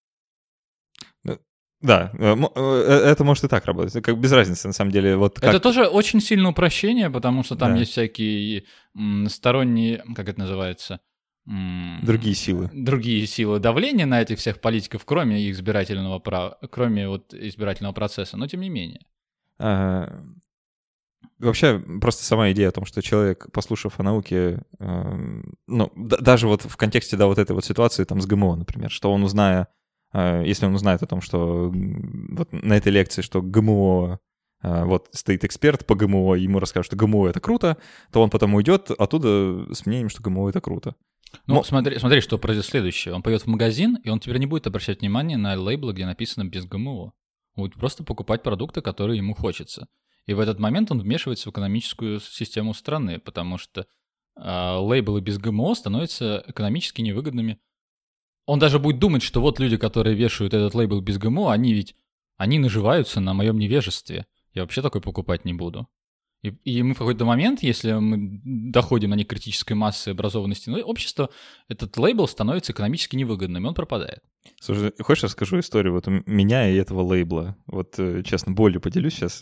Да, это может и так работать, как без разницы, на самом деле. Вот как... Это тоже очень сильное упрощение, потому что там да. есть всякие сторонние, как это называется... Другие силы. Другие силы давления на этих всех политиков, кроме их избирательного права, кроме вот избирательного процесса, но тем не менее. А... Вообще, просто сама идея о том, что человек, послушав о науке, э, ну, д- даже вот в контексте, да, вот этой вот ситуации там с ГМО, например, что он, узная, э, если он узнает о том, что вот на этой лекции, что ГМО, э, вот стоит эксперт по ГМО, ему расскажут, что ГМО — это круто, то он потом уйдет оттуда с мнением, что ГМО — это круто. Ну, Но... смотри, смотри, что произойдет следующее. Он пойдет в магазин, и он теперь не будет обращать внимание на лейблы, где написано «без ГМО». Он будет просто покупать продукты, которые ему хочется. И в этот момент он вмешивается в экономическую систему страны, потому что э, лейблы без ГМО становятся экономически невыгодными. Он даже будет думать, что вот люди, которые вешают этот лейбл без ГМО, они ведь, они наживаются на моем невежестве. Я вообще такой покупать не буду. И, и мы в какой-то момент, если мы доходим на некритической массы образованности общества, этот лейбл становится экономически невыгодным, и он пропадает. Слушай, хочешь, расскажу историю вот у меня и этого лейбла? Вот, честно, болью поделюсь сейчас.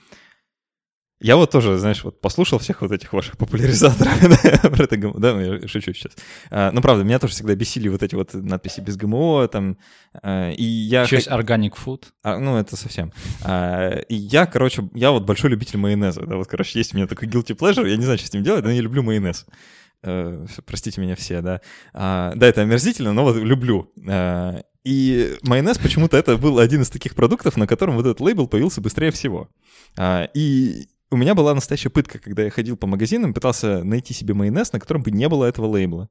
Я вот тоже, знаешь, вот послушал всех вот этих ваших популяризаторов, про это, да, ну я шучу сейчас. А, ну, правда, меня тоже всегда бесили вот эти вот надписи без ГМО, там, а, и я... Через organic food. А, ну, это совсем. А, и я, короче, я вот большой любитель майонеза, да, вот, короче, есть у меня такой guilty pleasure, я не знаю, что с ним делать, но я люблю майонез. А, простите меня все, да. А, да, это омерзительно, но вот люблю. А, и майонез почему-то это был один из таких продуктов, на котором вот этот лейбл появился быстрее всего. А, и... У меня была настоящая пытка, когда я ходил по магазинам, пытался найти себе майонез, на котором бы не было этого лейбла.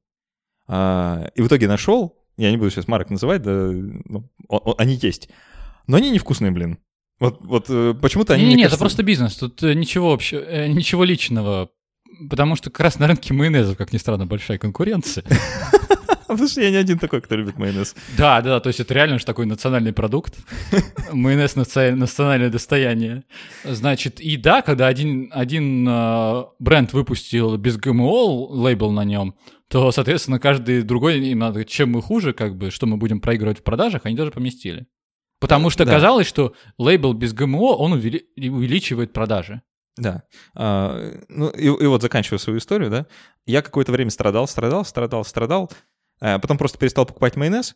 А, и в итоге нашел, я не буду сейчас марок называть, да, ну, о, о, они есть. Но они невкусные, блин. Вот, вот почему-то они... Не-не-не, кажется... это просто бизнес, тут ничего вообще, ничего личного, потому что как раз на рынке майонеза, как ни странно, большая конкуренция. Потому что я не один такой, кто любит майонез. Да, да, то есть это реально же такой национальный продукт. Майонез — национальное достояние. Значит, и да, когда один, один э, бренд выпустил без ГМО лейбл на нем, то, соответственно, каждый другой, им надо, чем мы хуже, как бы, что мы будем проигрывать в продажах, они тоже поместили. Потому что да. Казалось, что лейбл без ГМО, он увели- увеличивает продажи. Да. А, ну и, и вот заканчивая свою историю, да, я какое-то время страдал, страдал, страдал, страдал, а потом просто перестал покупать майонез,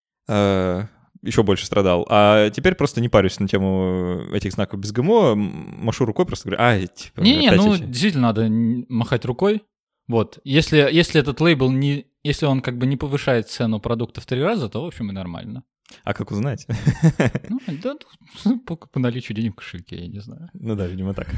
а, еще больше страдал, а теперь просто не парюсь на тему этих знаков без ГМО, машу рукой, просто говорю, ай, типа... Не-не, ну эти... действительно надо махать рукой, вот, если, если этот лейбл, не, если он как бы не повышает цену продукта в три раза, то, в общем, и нормально. А как узнать? Ну, да, ну, по, по наличию денег в кошельке, я не знаю. Ну да, видимо, так.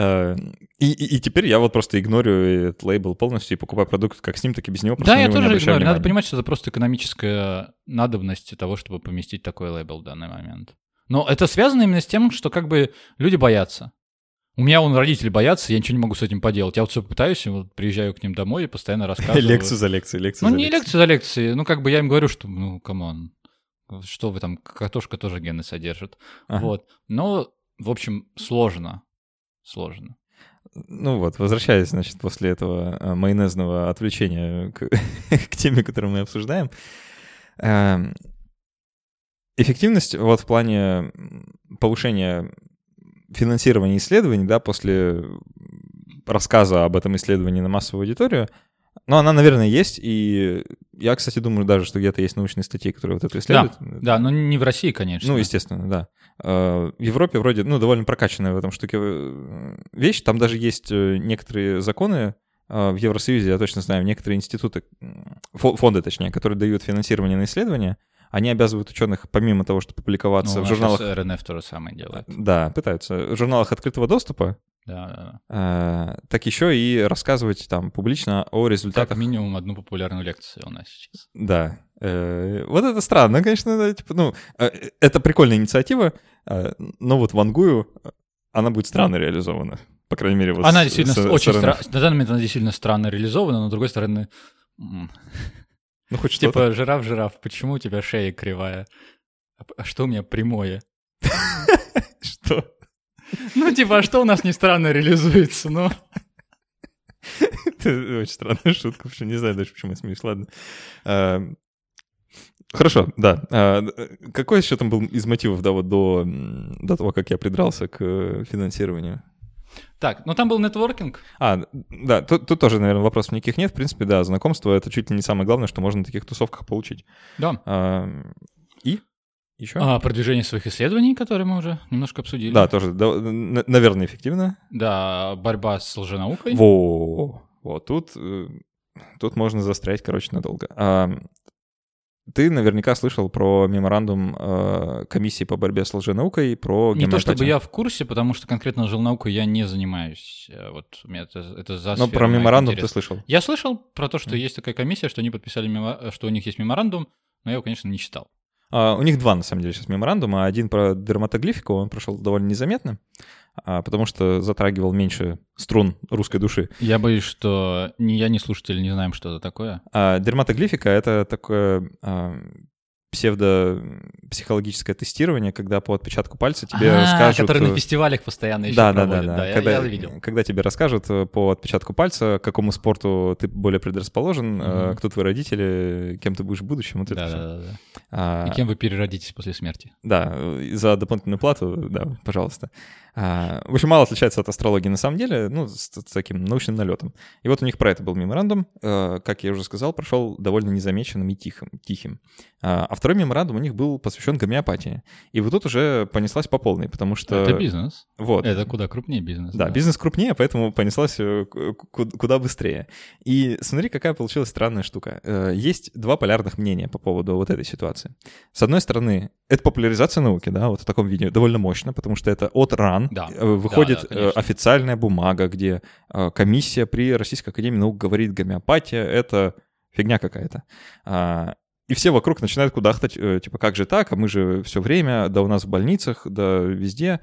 И, и, и теперь я вот просто игнорю этот лейбл полностью и покупаю продукт как с ним, так и без него. Да, я тоже игнорю. Надо понимать, что это просто экономическая надобность того, чтобы поместить такой лейбл в данный момент. Но это связано именно с тем, что как бы люди боятся. У меня вон родители боятся, я ничего не могу с этим поделать. Я вот все пытаюсь, вот приезжаю к ним домой и постоянно рассказываю. Лекцию за лекцией, лекцию ну, за лекцией. Ну, не лекцию за лекцией, ну, как бы я им говорю, что, ну, камон. Что вы там, картошка тоже гены содержит. Ага. Вот. Но, в общем, сложно. сложно. Ну вот, возвращаясь, значит, после этого майонезного отвлечения к, к теме, которую мы обсуждаем, э, эффективность вот в плане повышения финансирования исследований, да, после рассказа об этом исследовании на массовую аудиторию, ну, она, наверное, есть, и я, кстати, думаю даже, что где-то есть научные статьи, которые вот это исследуют. Да, да, но не в России, конечно. Ну, естественно, да. В Европе вроде, ну, довольно прокачанная в этом штуке вещь. Там даже есть некоторые законы в Евросоюзе, я точно знаю, некоторые институты, фонды, точнее, которые дают финансирование на исследования, они обязывают ученых, помимо того, что публиковаться ну, в журналах... эр эн эф то же самое делает. Да, пытаются. В журналах открытого доступа, да, да, да. так еще и рассказывать там публично о результатах... Как минимум одну популярную лекцию у нас сейчас. Да. Вот это странно, конечно, да, типа, ну, это прикольная инициатива, но вот вангую она будет странно реализована, по крайней мере, вот она с, действительно с, очень с странно, на данный момент она действительно странно реализована, но с другой стороны... Ну, хоть типа, что-то. жираф, жираф, почему у тебя шея кривая? А что у меня прямое? Что? Ну, типа, а что у нас не странно реализуется, ну... Это очень странная шутка, вообще не знаю даже, почему я смеюсь, ладно. Хорошо, да. Какой еще там был из мотивов, да, вот до, до того, как я придрался к финансированию? Так, ну там был нетворкинг. А, да, тут, тут тоже, наверное, вопросов никаких нет. В принципе, да, знакомство — это чуть ли не самое главное, что можно на таких тусовках получить. Да. А, и? Еще? А, продвижение своих исследований, которые мы уже немножко обсудили. Да, тоже, да, наверное, эффективно. Да, борьба с лженаукой. Во, вот тут, тут можно застрять, короче, надолго. А, ты наверняка слышал про меморандум э, комиссии по борьбе с лженаукой, про гомеопатию. Не то чтобы я в курсе, потому что конкретно лженаукой я не занимаюсь. Вот у меня это, это за Но про меморандум ты слышал? Я слышал про то, что mm. есть такая комиссия, что они подписали, мемо... что у них есть меморандум, но я его, конечно, не читал. А, у них два, на самом деле, сейчас меморандума. Один про дерматоглифику, он прошел довольно незаметно, а, потому что затрагивал меньше струн русской души. Я боюсь, что ни я, ни слушатели не знаем, что это такое. А, дерматоглифика — это такое а, псевдопсихологическое тестирование, когда по отпечатку пальца тебе а, расскажут... которые на фестивалях постоянно еще да, проводят. Да, да, да. да Когда, я, я видел. Когда тебе расскажут по отпечатку пальца, к какому спорту ты более предрасположен, mm-hmm. кто твои родители, кем ты будешь в будущем. Вот да, это да, да, да. А, и кем вы переродитесь после смерти. Да, за дополнительную плату, да, пожалуйста. А, в общем, мало отличается от астрологии на самом деле, ну, с, с таким научным налетом. И вот у них про это был меморандум, а, как я уже сказал, прошел довольно незамеченным и тихим. тихим. А, а второй меморандум у них был посвящен гомеопатии. И вот тут уже понеслась по полной, потому что... Это бизнес. Вот. Это куда крупнее бизнес. Да, да, бизнес крупнее, поэтому понеслась куда быстрее. И смотри, какая получилась странная штука. Есть два полярных мнения по поводу вот этой ситуации. С одной стороны, это популяризация науки, да, вот в таком виде довольно мощно, потому что это от РАН да. выходит да, да, официальная бумага, где комиссия при Российской академии наук говорит, гомеопатия — это фигня какая-то. И все вокруг начинают кудахтать, типа, как же так, а мы же все время, да у нас в больницах, да везде,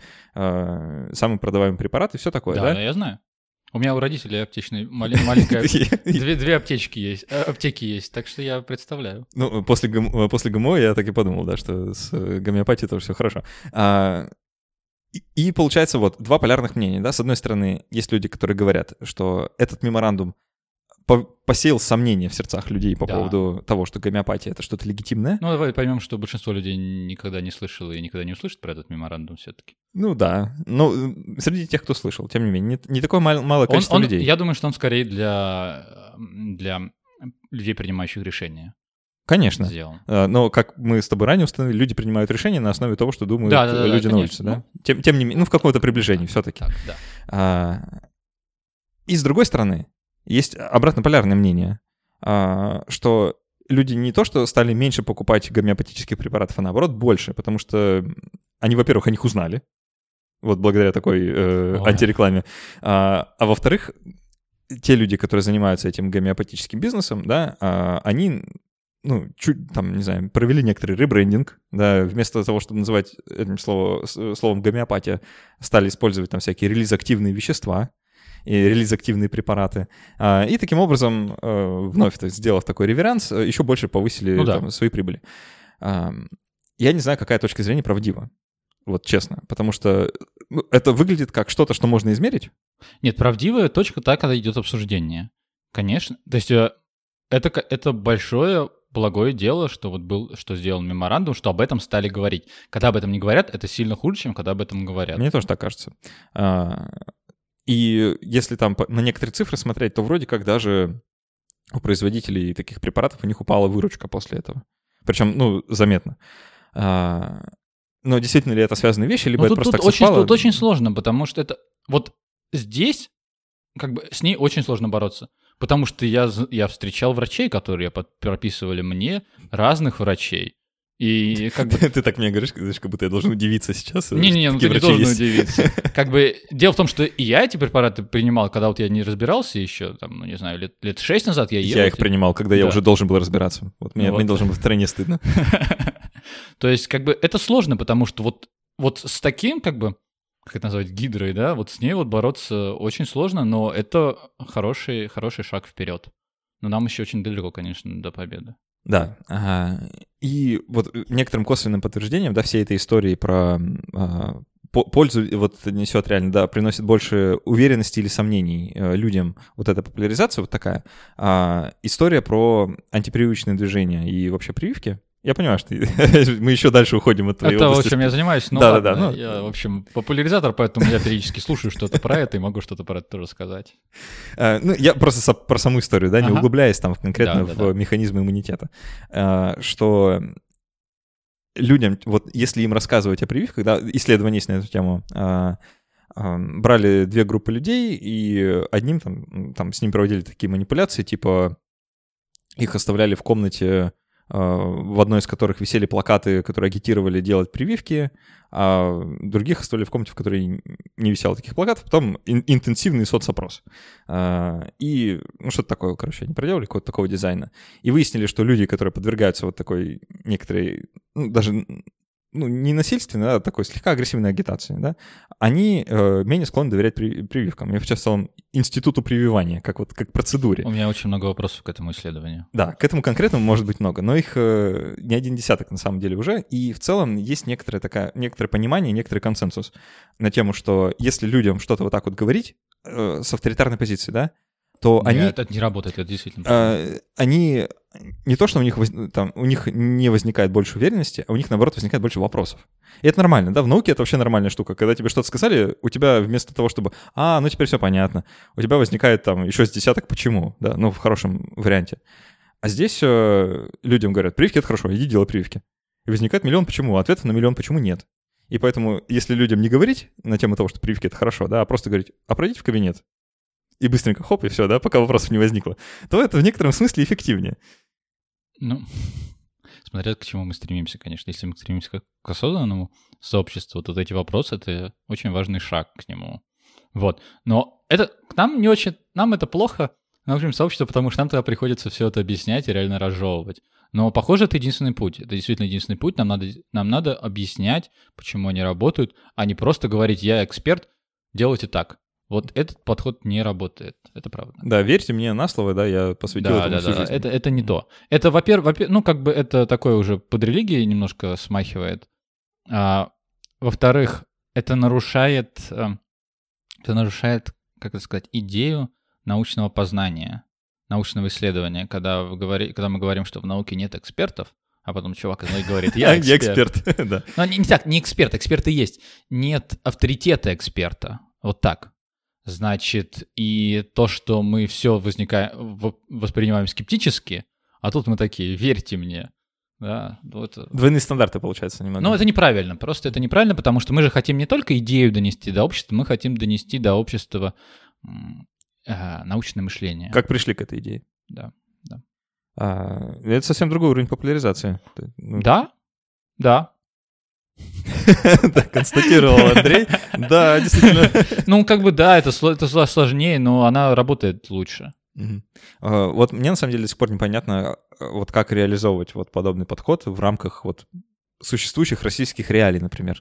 самый продаваемый препарат и все такое, да? Да, я знаю. У меня у родителей аптечной маленькая... Две, две аптечки есть, аптеки есть, так что я представляю. Ну, после, гом... после ГМО я так и подумал, да, что с гомеопатией тоже все хорошо. А... И, и получается вот два полярных мнения, да. С одной стороны, есть люди, которые говорят, что этот меморандум посеял сомнения в сердцах людей по да. поводу того, что гомеопатия — это что-то легитимное. Ну, давай поймем, что большинство людей никогда не слышало и никогда не услышит про этот меморандум все-таки. Ну да, но среди тех, кто слышал, тем не менее, не, не такое мал, малое количество он, он, людей. Я думаю, что он скорее для, для людей, принимающих решения. Конечно, сделан. Но, как мы с тобой ранее установили, люди принимают решения на основе того, что думают да, да, люди да, на улице. Да? Тем, тем не менее, ну, в каком-то приближении все-таки. Так, да. а, и с другой стороны, есть обратно полярное мнение, а, что люди не то, что стали меньше покупать гомеопатических препаратов, а наоборот больше, потому что они, во-первых, о них узнали, вот благодаря такой э, антирекламе, а, а во-вторых, те люди, которые занимаются этим гомеопатическим бизнесом, да, а, они, ну, чуть там, не знаю, провели некоторый ребрендинг, да, вместо того, чтобы называть этим слово, словом гомеопатия, стали использовать там всякие релизактивные вещества и релизактивные препараты. А, и таким образом, э, вновь, то есть, сделав такой реверанс, еще больше повысили ну, там, да. свои прибыли. А, я не знаю, какая точка зрения правдива. Вот честно. Потому что это выглядит как что-то, что можно измерить? Нет, правдивая точка та, когда идет обсуждение. Конечно. То есть это, это большое благое дело, что вот был, что сделан меморандум, что об этом стали говорить. Когда об этом не говорят, это сильно хуже, чем когда об этом говорят. Мне тоже так кажется. И если там на некоторые цифры смотреть, то вроде как даже у производителей таких препаратов у них упала выручка после этого. Причем, ну, заметно. Но действительно ли это связанные вещи, либо ну, это тут, просто тут так очень, совпало? Тут очень сложно, потому что это... Вот здесь как бы с ней очень сложно бороться. Потому что я, я встречал врачей, которые прописывали мне, разных врачей. И как бы... Ты так мне говоришь, как будто я должен удивиться сейчас. Не-не-не, ну ты не должен удивиться. Как бы дело в том, что и я эти препараты принимал, когда вот я не разбирался еще, там, ну не знаю, лет, лет шесть назад я ел. Я их принимал, когда я да. уже должен был разбираться. Вот мне, вот. мне должно быть втройне стыдно. То есть как бы это сложно, потому что вот, вот с таким как бы, как это назвать, гидрой, да, вот с ней вот бороться очень сложно, но это хороший, хороший шаг вперед. Но нам еще очень далеко, конечно, до победы. Да, ага. И вот некоторым косвенным подтверждением, да, всей этой истории про а, пользу вот несет реально, да, приносит больше уверенности или сомнений а, людям вот эта популяризация вот такая. А, история про антипрививочные движения и вообще прививки. Я понимаю, что мы еще дальше уходим от твоей это области. Это, чем я занимаюсь, но да, ладно, да, да, ну... я, в общем, популяризатор, поэтому я периодически слушаю что-то про это и могу что-то про это тоже сказать. Uh, ну, я просто со- про саму историю, да, не ага. углубляясь там конкретно да, в да, да. механизмы иммунитета, uh, что людям, вот если им рассказывать о прививках, да, исследования есть на эту тему, uh, uh, брали две группы людей, и одним там, там с ним проводили такие манипуляции, типа их оставляли в комнате, в одной из которых висели плакаты, которые агитировали делать прививки, а других оставили в комнате, в которой не висело таких плакатов. Потом ин- интенсивный соцопрос. И, ну, что-то такое, короче, они проделали, какого-то такого дизайна. И выяснили, что люди, которые подвергаются вот такой некоторой, ну, даже... ну, не насильственной, а такой слегка агрессивной агитации, да, они э, менее склонны доверять при, прививкам. Я сейчас в целом институту прививания, как вот как процедуре. У меня очень много вопросов к этому исследованию. Да, к этому конкретному может быть много, но их э, не один десяток на самом деле уже, и в целом есть некоторое, такая, некоторое понимание, некоторый консенсус на тему, что если людям что-то вот так вот говорить э, с авторитарной позиции, да, то Нет, они... это не работает, это действительно... Э, они... Не то, что у них, воз... там, у них не возникает больше уверенности, а у них, наоборот, возникает больше вопросов. И это нормально, да? В науке это вообще нормальная штука. Когда тебе что-то сказали, у тебя вместо того, чтобы «а, ну теперь все понятно», у тебя возникает там еще с десяток «почему», да? Ну, в хорошем варианте. А здесь э, людям говорят «прививки — это хорошо, иди делай прививки». И возникает миллион «почему», а ответов на миллион «почему» нет. И поэтому, если людям не говорить на тему того, что прививки — это хорошо, да, а просто говорить «а пройдите в кабинет», и быстренько хоп, и все, да, пока вопросов не возникло, то это в некотором смысле эффективнее. Ну, смотря к чему мы стремимся, конечно. Если мы стремимся к осознанному сообществу, то вот эти вопросы — это очень важный шаг к нему. Вот. Но это к нам не очень... Нам это плохо, научным сообществу, потому что нам тогда приходится все это объяснять и реально разжевывать. Но, похоже, это единственный путь. Это действительно единственный путь. Нам надо, нам надо объяснять, почему они работают, а не просто говорить «я эксперт, делайте так». Вот этот подход не работает, это правда. Да, верьте мне на слово, да, я посвятил да, этому да, всю да, жизнь. Это, это не то. Это, во-первых, во-первых, ну, как бы это такое уже под религией немножко смахивает. А, во-вторых, это нарушает, это нарушает, как это сказать, идею научного познания, научного исследования, когда, вы говори, когда мы говорим, что в науке нет экспертов, а потом чувак из науки говорит, я эксперт. Я эксперт, да. Но не, не так, не эксперт, эксперты есть. Нет авторитета эксперта, вот так. Значит, и то, что мы все возникаем, воспринимаем скептически, а тут мы такие, верьте мне. Да, вот. Двойные стандарты, получается, немного. Ну, это неправильно, просто это неправильно, потому что мы же хотим не только идею донести до общества, мы хотим донести до общества э, научное мышление. Как пришли к этой идее. Да, да. А, это совсем другой уровень популяризации. Да, да. Констатировал Андрей. Да, действительно. Ну, как бы да, это сложнее, но она работает лучше. Вот мне на самом деле до сих пор непонятно, вот как реализовывать вот подобный подход в рамках вот существующих российских реалий, например.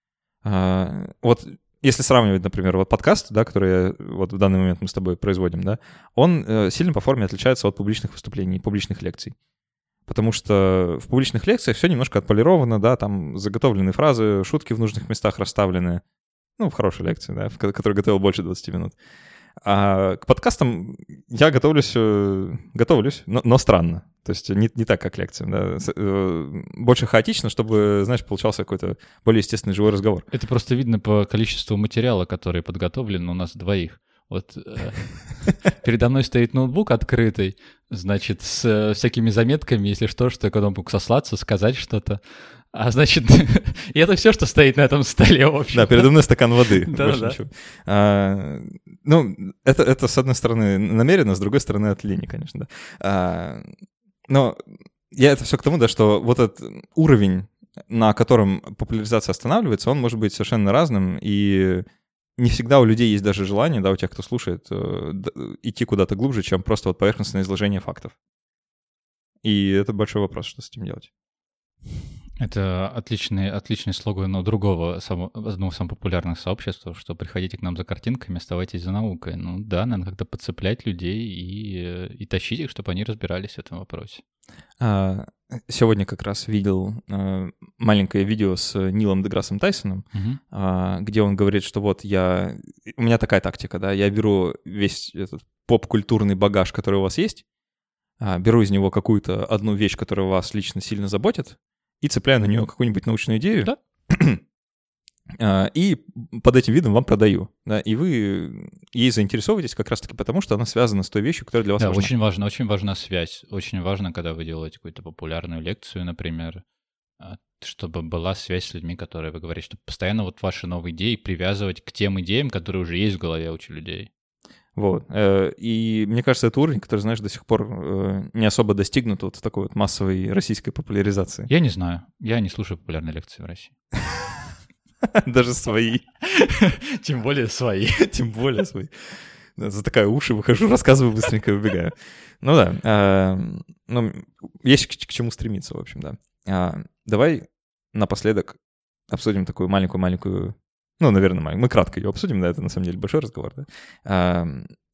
Вот если сравнивать, например, вот подкаст, да, который вот в данный момент мы с тобой производим, да, он сильно по форме отличается от публичных выступлений, публичных лекций. Потому что в публичных лекциях все немножко отполировано, да, там заготовлены фразы, шутки в нужных местах расставлены. ну, в хорошей лекции, да, в которой готовил больше двадцати минут. А к подкастам я готовлюсь, готовлюсь, но, но странно. То есть не, не так, как лекциям, да. Больше хаотично, чтобы, знаешь, получался какой-то более естественный живой разговор. Это просто видно по количеству материала, который подготовлен у нас двоих. Вот э, передо мной стоит ноутбук открытый, значит, с э, всякими заметками, если что, что я куда мог сослаться, сказать что-то. А значит, и это все, что стоит на этом столе, в общем. Да, передо мной стакан воды. Да, да. А, ну, это, это, с одной стороны, намеренно, с другой стороны, от лени, конечно, да. А, но я это все к тому, да, что вот этот уровень, на котором популяризация останавливается, он может быть совершенно разным, и не всегда у людей есть даже желание, да, у тех, кто слушает, идти куда-то глубже, чем просто вот поверхностное изложение фактов. И это большой вопрос, что с этим делать. Это отличный, отличный слоган у другого, одного из самых популярных сообществ, что приходите к нам за картинками, оставайтесь за наукой. Ну да, надо как-то подцеплять людей и, и тащить их, чтобы они разбирались в этом вопросе. Сегодня как раз видел маленькое видео с Нилом Деграссом Тайсоном, угу. где он говорит, что вот я... У меня такая тактика, да, я беру весь этот поп-культурный багаж, который у вас есть, беру из него какую-то одну вещь, которая вас лично сильно заботит, и цепляю на нее какую-нибудь научную идею, да? И под этим видом вам продаю. Да? И вы ей заинтересовываетесь как раз-таки потому, что она связана с той вещью, которая для вас да, важна. Очень важно, очень важна связь. Очень важно, когда вы делаете какую-то популярную лекцию, например, чтобы была связь с людьми, которые вы говорите, чтобы постоянно вот ваши новые идеи привязывать к тем идеям, которые уже есть в голове у людей. Вот. И мне кажется, это уровень, который, знаешь, до сих пор не особо достигнут вот такой вот массовой российской популяризации. Я не знаю. Я не слушаю популярные лекции в России. Даже свои. Тем более свои. Тем более свои. Затыкаю уши, выхожу, рассказываю быстренько и убегаю. Ну да. Ну, есть к чему стремиться, в общем, да. Давай напоследок обсудим такую маленькую-маленькую... Ну, наверное, мы кратко ее обсудим, да, это на самом деле большой разговор, да. А,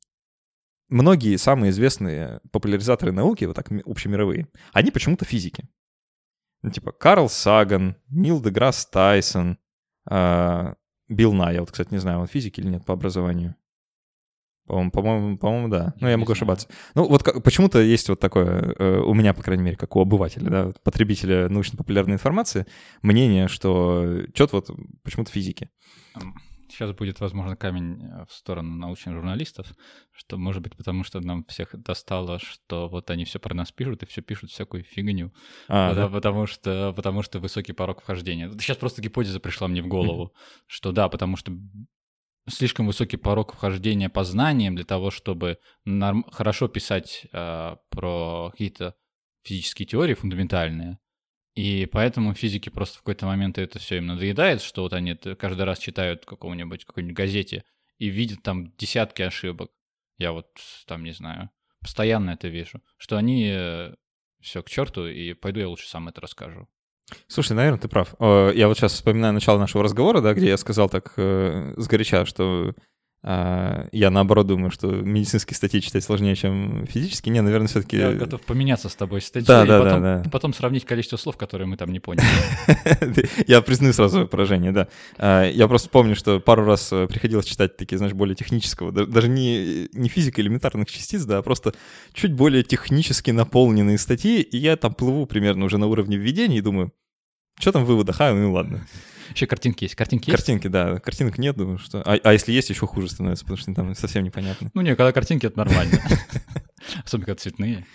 многие самые известные популяризаторы науки, вот так общемировые, они почему-то физики. Ну, типа Карл Саган, Нил Деграсс Тайсон, а, Билл Най. Я вот, кстати, не знаю, он физик или нет по образованию. По-моему, по-моему, по-моему, да. Ну, я, я могу ошибаться. Ну, вот как, почему-то есть вот такое, э, у меня, по крайней мере, как у обывателя, да, потребителя научно-популярной информации, мнение, что что-то вот почему-то физики. Сейчас будет, возможно, камень в сторону научных журналистов, что, может быть, потому что нам всех достало, что вот они все про нас пишут и все пишут всякую фигню, а, потому, да? потому, что, потому что высокий порог вхождения. Сейчас просто гипотеза пришла мне в голову, mm-hmm. что да, потому что слишком высокий порог вхождения по знаниям для того, чтобы норм- хорошо писать э, про какие-то физические теории фундаментальные. И поэтому физики просто в какой-то момент это все им надоедает, что вот они каждый раз читают какого-нибудь, какой-нибудь газете и видят там десятки ошибок. Я вот там, не знаю, постоянно это вижу. Что они э, все к черту, и пойду я лучше сам это расскажу. Слушай, наверное, ты прав. Я вот сейчас вспоминаю начало нашего разговора, да, где я сказал так э, сгоряча, что э, я наоборот думаю, что медицинские статьи читать сложнее, чем физические. Не, наверное, все-таки... Я готов поменяться с тобой статьей, да, и да, потом, да, да. потом сравнить количество слов, которые мы там не поняли. Я признаю сразу поражение, да. Я просто помню, что пару раз приходилось читать такие, знаешь, более технического, даже не, не физика элементарных частиц, да, а просто чуть более технически наполненные статьи, и я там плыву примерно уже на уровне введения и думаю, что там в выводах? А, ну ладно. Еще картинки есть. Картинки есть? Картинки, да. Картинок нет, думаю, что... А, а если есть, еще хуже становится, потому что там совсем непонятно. Ну не, когда картинки, это нормально. Особенно, когда цветные.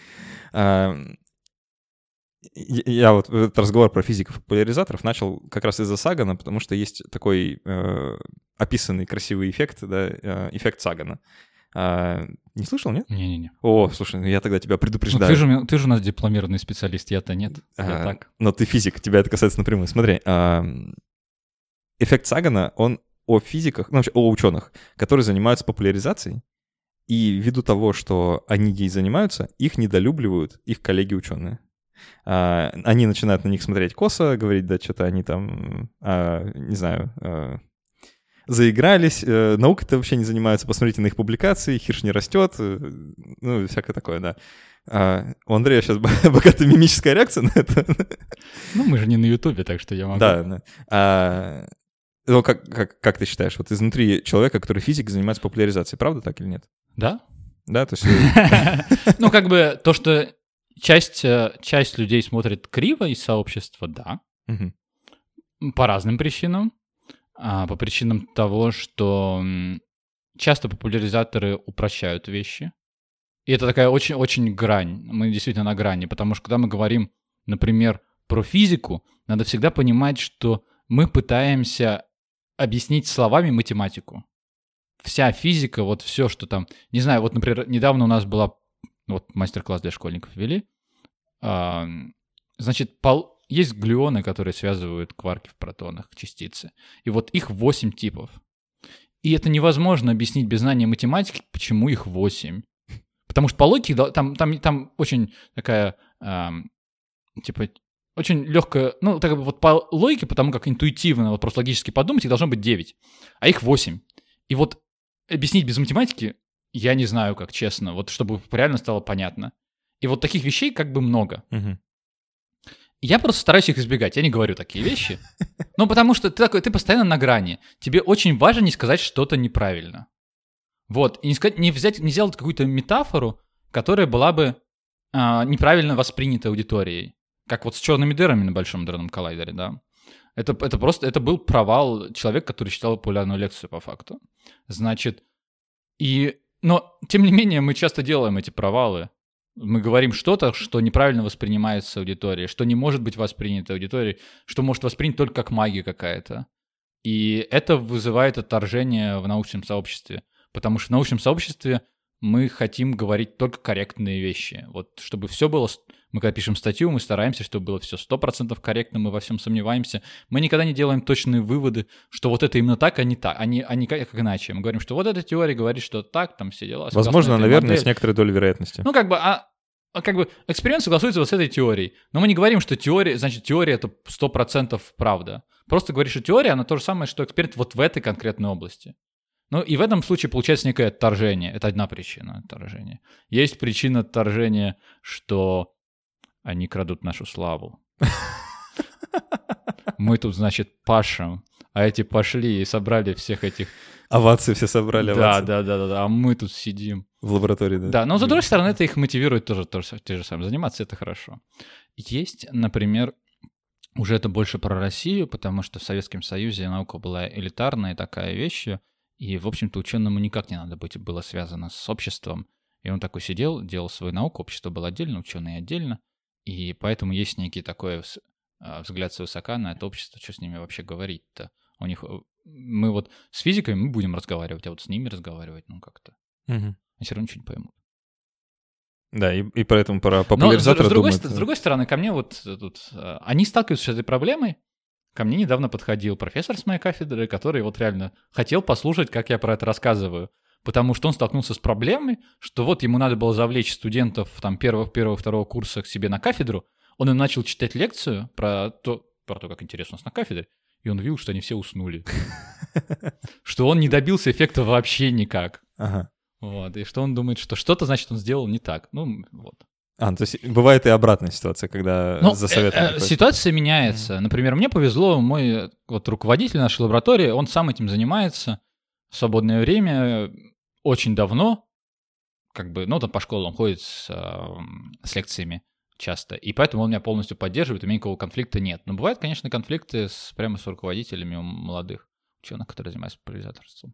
Я вот этот разговор про физиков-популяризаторов начал как раз из-за Сагана, потому что есть такой описанный красивый эффект, да, эффект Сагана. А, не слышал, нет? Не-не-не. О, слушай, ну я тогда тебя предупреждаю. Ну, ты, же, ты же у нас дипломированный специалист, я-то нет. А, я так. Но ты физик, тебя это касается напрямую. Смотри, а, эффект Сагана, он о физиках, ну, вообще о ученых, которые занимаются популяризацией, и ввиду того, что они ей занимаются, их недолюбливают их коллеги-ученые. А, они начинают на них смотреть косо, говорить, да, что-то они там, а, не знаю... А, заигрались, э, наукой-то вообще не занимаются, посмотрите на их публикации, хирш не растет, э, ну, всякое такое, да. А, у Андрея сейчас богатая мимическая реакция на это. Ну, мы же не на Ютубе, так что я могу. Да, да. А, Ну, как, как, как ты считаешь, вот изнутри человека, который физик, занимается популяризацией, правда так или нет? Да. Да, то есть... Ну, как бы то, что часть, часть людей смотрит криво из сообщества, да. По разным причинам. По причинам того, что часто популяризаторы упрощают вещи. И это такая очень-очень грань. Мы действительно на грани. Потому что когда мы говорим, например, про физику, надо всегда понимать, что мы пытаемся объяснить словами математику. Вся физика, вот все, что там... Не знаю, вот, например, недавно у нас была... Вот мастер-класс для школьников вели. А, значит, пол, есть глюоны, которые связывают кварки в протонах, частицы. И вот их восемь типов. И это невозможно объяснить без знания математики, почему их восемь. Потому что по логике там, там, там очень такая... А, типа... Очень легкая, ну, так вот по логике, потому как интуитивно, вот просто логически подумать, их должно быть девять, а их восемь. И вот объяснить без математики я не знаю, как честно, вот чтобы реально стало понятно. И вот таких вещей как бы много. Угу. Я просто стараюсь их избегать, я не говорю такие вещи. Ну, потому что ты такой, ты постоянно на грани. Тебе очень важно не сказать что-то неправильно. Вот, и не, сказать, не взять, не сделать какую-то метафору, которая была бы а, неправильно воспринята аудиторией. Как вот с черными дырами на Большом дырном коллайдере, да. Это, это просто, это был провал человека, который читал популярную лекцию по факту. Значит, и... Но, тем не менее, мы часто делаем эти провалы. Мы говорим что-то, что неправильно воспринимается аудиторией, что не может быть воспринято аудиторией, что может воспринять только как магия какая-то. И это вызывает отторжение в научном сообществе. Потому что в научном сообществе мы хотим говорить только корректные вещи. Вот чтобы все было... Мы когда пишем статью, мы стараемся, чтобы было все сто процентов корректно, мы во всем сомневаемся. Мы никогда не делаем точные выводы, что вот это именно так, а не так, а не, а не как, как иначе. Мы говорим, что вот эта теория говорит, что так, там все дела. Возможно, наверное, модели. С некоторой долей вероятности. Ну, как бы, а, как бы эксперимент согласуется вот с этой теорией. Но мы не говорим, что теория, значит, теория — это сто процентов правда. Просто говоришь, что теория, она то же самое, что эксперимент вот в этой конкретной области. Ну, и в этом случае получается некое отторжение. Это одна причина отторжения. Есть причина отторжения, что они крадут нашу славу. Мы тут, значит, пашем, а эти пошли и собрали всех этих... Овации все собрали, овации. Да, да, да, да, а мы тут сидим. В лаборатории, да. Да, но с другой стороны, это их мотивирует тоже, тоже те же самые заниматься, это хорошо. Есть, например, уже это больше про Россию, потому что в Советском Союзе наука была элитарная такая вещь, и, в общем-то, ученому никак не надо быть, было связано с обществом. И он такой сидел, делал свою науку, общество было отдельно, ученые отдельно. И поэтому есть некий такой взгляд свысока на это общество, что с ними вообще говорить-то. У них... Мы вот с физиками мы будем разговаривать, а вот с ними разговаривать, ну, как-то. Угу. Они все равно ничего не поймут. Да, и, и поэтому пора популяризатора с, с, другой, думать... с другой стороны, ко мне вот тут... Они сталкиваются с этой проблемой. Ко мне недавно подходил профессор с моей кафедры, который вот реально хотел послушать, как я про это рассказываю. Потому что он столкнулся с проблемой, что вот ему надо было завлечь студентов там первого, первого, второго курса к себе на кафедру. Он им начал читать лекцию про то, про то, как интересно у нас на кафедре, и он видел, что они все уснули. Что он не добился эффекта вообще никак. Вот, и что он думает, что что-то, значит, он сделал не так. Ну, вот. А, то есть бывает и обратная ситуация, когда ну, за советом... Э, э, ситуация меняется. Mm-hmm. Например, мне повезло, мой вот, руководитель нашей лаборатории, он сам этим занимается в свободное время очень давно. Как бы, ну, там по школам ходит с, с лекциями часто, и поэтому он меня полностью поддерживает, у меня никакого конфликта нет. Но бывают, конечно, конфликты с, прямо с руководителями у молодых ученых, которые занимаются популяризаторством.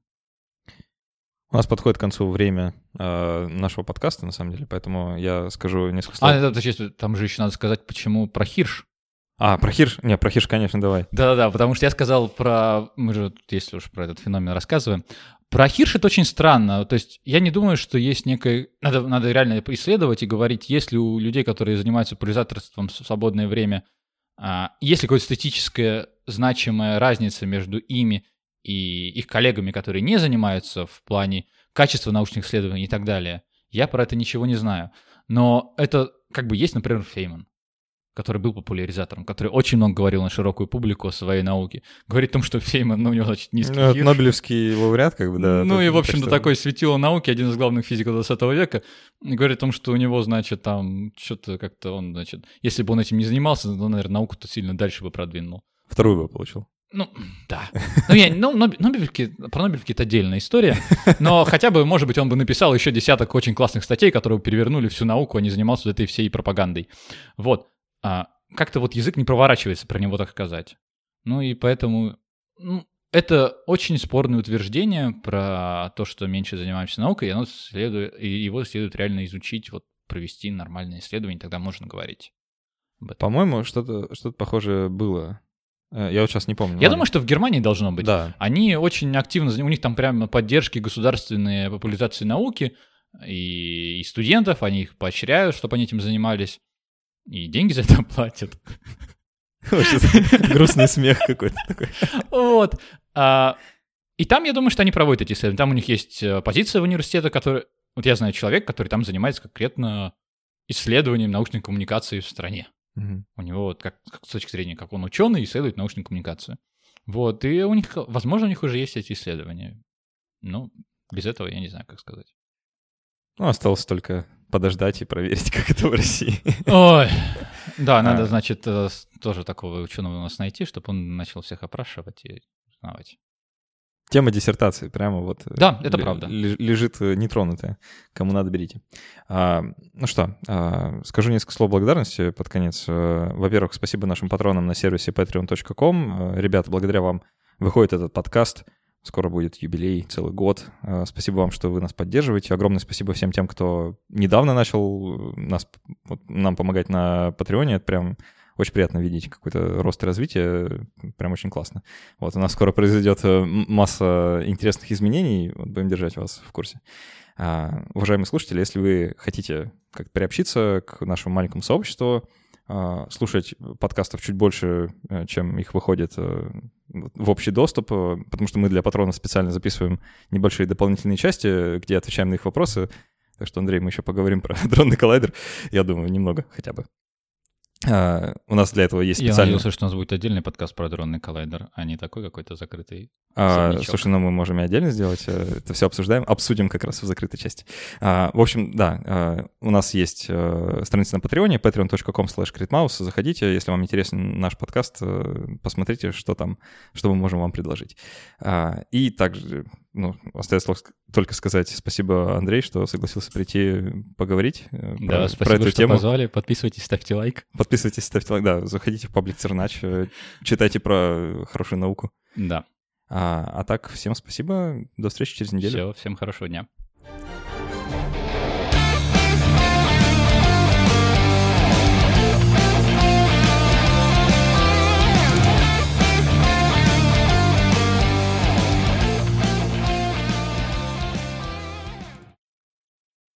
У нас подходит к концу время э, нашего подкаста, на самом деле, поэтому я скажу несколько слов. А, это, это, там же еще надо сказать, почему про Хирш. А, про Хирш? Не, про Хирш, конечно, давай. Да-да-да, потому что я сказал про... Мы же, если уж про этот феномен рассказываем. Про Хирш это очень странно. То есть я не думаю, что есть некое... Надо, надо реально исследовать и говорить, есть ли у людей, которые занимаются популяризаторством в свободное время, а, есть ли какая-то статистическая значимая разница между ими и их коллегами, которые не занимаются в плане качества научных исследований и так далее. Я про это ничего не знаю. Но это как бы есть, например, Фейман, который был популяризатором, который очень много говорил на широкую публику о своей науке. Говорит о том, что Фейман, ну, у него, значит, низкий ну, Хирш. Нобелевский лауреат, как бы, да. Ну, и, в общем-то, что... такой светило науки, один из главных физиков двадцатого века. И говорит о том, что у него, значит, там, что-то как-то он, значит... Если бы он этим не занимался, то, наверное, науку-то сильно дальше бы продвинул. Вторую бы получил. Ну, да. Ну, я, ну, Нобелевки, про Нобелевки это отдельная история, но хотя бы, может быть, он бы написал еще десяток очень классных статей, которые перевернули всю науку, а не занимался вот этой всей пропагандой. Вот. А, как-то вот язык не проворачивается про него так сказать. Ну, и поэтому... Ну, это очень спорное утверждение про то, что меньше занимаемся наукой, и, оно следует, и его следует реально изучить, вот провести нормальное исследование, тогда можно говорить об этом. По-моему, что-то, что-то похожее было. Я вот сейчас не помню. Я ладно. думаю, что в Германии должно быть. Да. Они очень активно, у них там прямо поддержки государственной популяризации науки, и, и студентов, они их поощряют, чтобы они этим занимались, и деньги за это платят. Грустный смех какой-то такой. Вот. И там, я думаю, что они проводят эти исследования. Там у них есть позиция университета, которая... Вот я знаю человека, который там занимается конкретно исследованием научной коммуникации в стране. Угу. У него, вот как, как с точки зрения, как он ученый, исследует научную коммуникацию. Вот, и у них, возможно, у них уже есть эти исследования. Но без этого я не знаю, как сказать. Ну, осталось только подождать и проверить, как это в России. Ой, да, надо, а... значит, тоже такого ученого у нас найти, чтобы он начал всех опрашивать и узнавать. Тема диссертации прямо вот да, это правда. Лежит нетронутая. Кому надо, берите. А, ну что, а, скажу несколько слов благодарности под конец. Во-первых, спасибо нашим патронам на сервисе патреон точка ком. Ребята, благодаря вам выходит этот подкаст. Скоро будет юбилей, целый год. Спасибо вам, что вы нас поддерживаете. Огромное спасибо всем тем, кто недавно начал нас, вот, нам помогать на Патреоне. Это прям... Очень приятно видеть какой-то рост и развитие, прям очень классно. Вот, у нас скоро произойдет масса интересных изменений, вот, будем держать вас в курсе. А, уважаемые слушатели, если вы хотите как-то приобщиться к нашему маленькому сообществу, а, слушать подкастов чуть больше, чем их выходит в общий доступ, потому что мы для патронов специально записываем небольшие дополнительные части, где отвечаем на их вопросы. Так что, Андрей, мы еще поговорим про дронный коллайдер, я думаю, немного хотя бы. Uh, у нас для этого есть специальный... Я надеялся, что у нас будет отдельный подкаст про дронный коллайдер, а не такой какой-то закрытый uh, Слушай, ну мы можем и отдельно сделать, это все обсуждаем, обсудим как раз в закрытой части. Uh, в общем, да, uh, у нас есть uh, страница на Патреоне, патреон точка ком слэш критмаус, заходите, если вам интересен наш подкаст, uh, посмотрите, что там, что мы можем вам предложить. Uh, и также, ну, остается только сказать спасибо, Андрей, что согласился прийти поговорить да, про, спасибо, про эту что тему. позвали, подписывайтесь, ставьте лайк. Подписывайтесь, ставьте лайк, да, заходите в паблик Цернач, читайте про хорошую науку. Да. А, а так, всем спасибо, до встречи через неделю. Все, всем хорошего дня.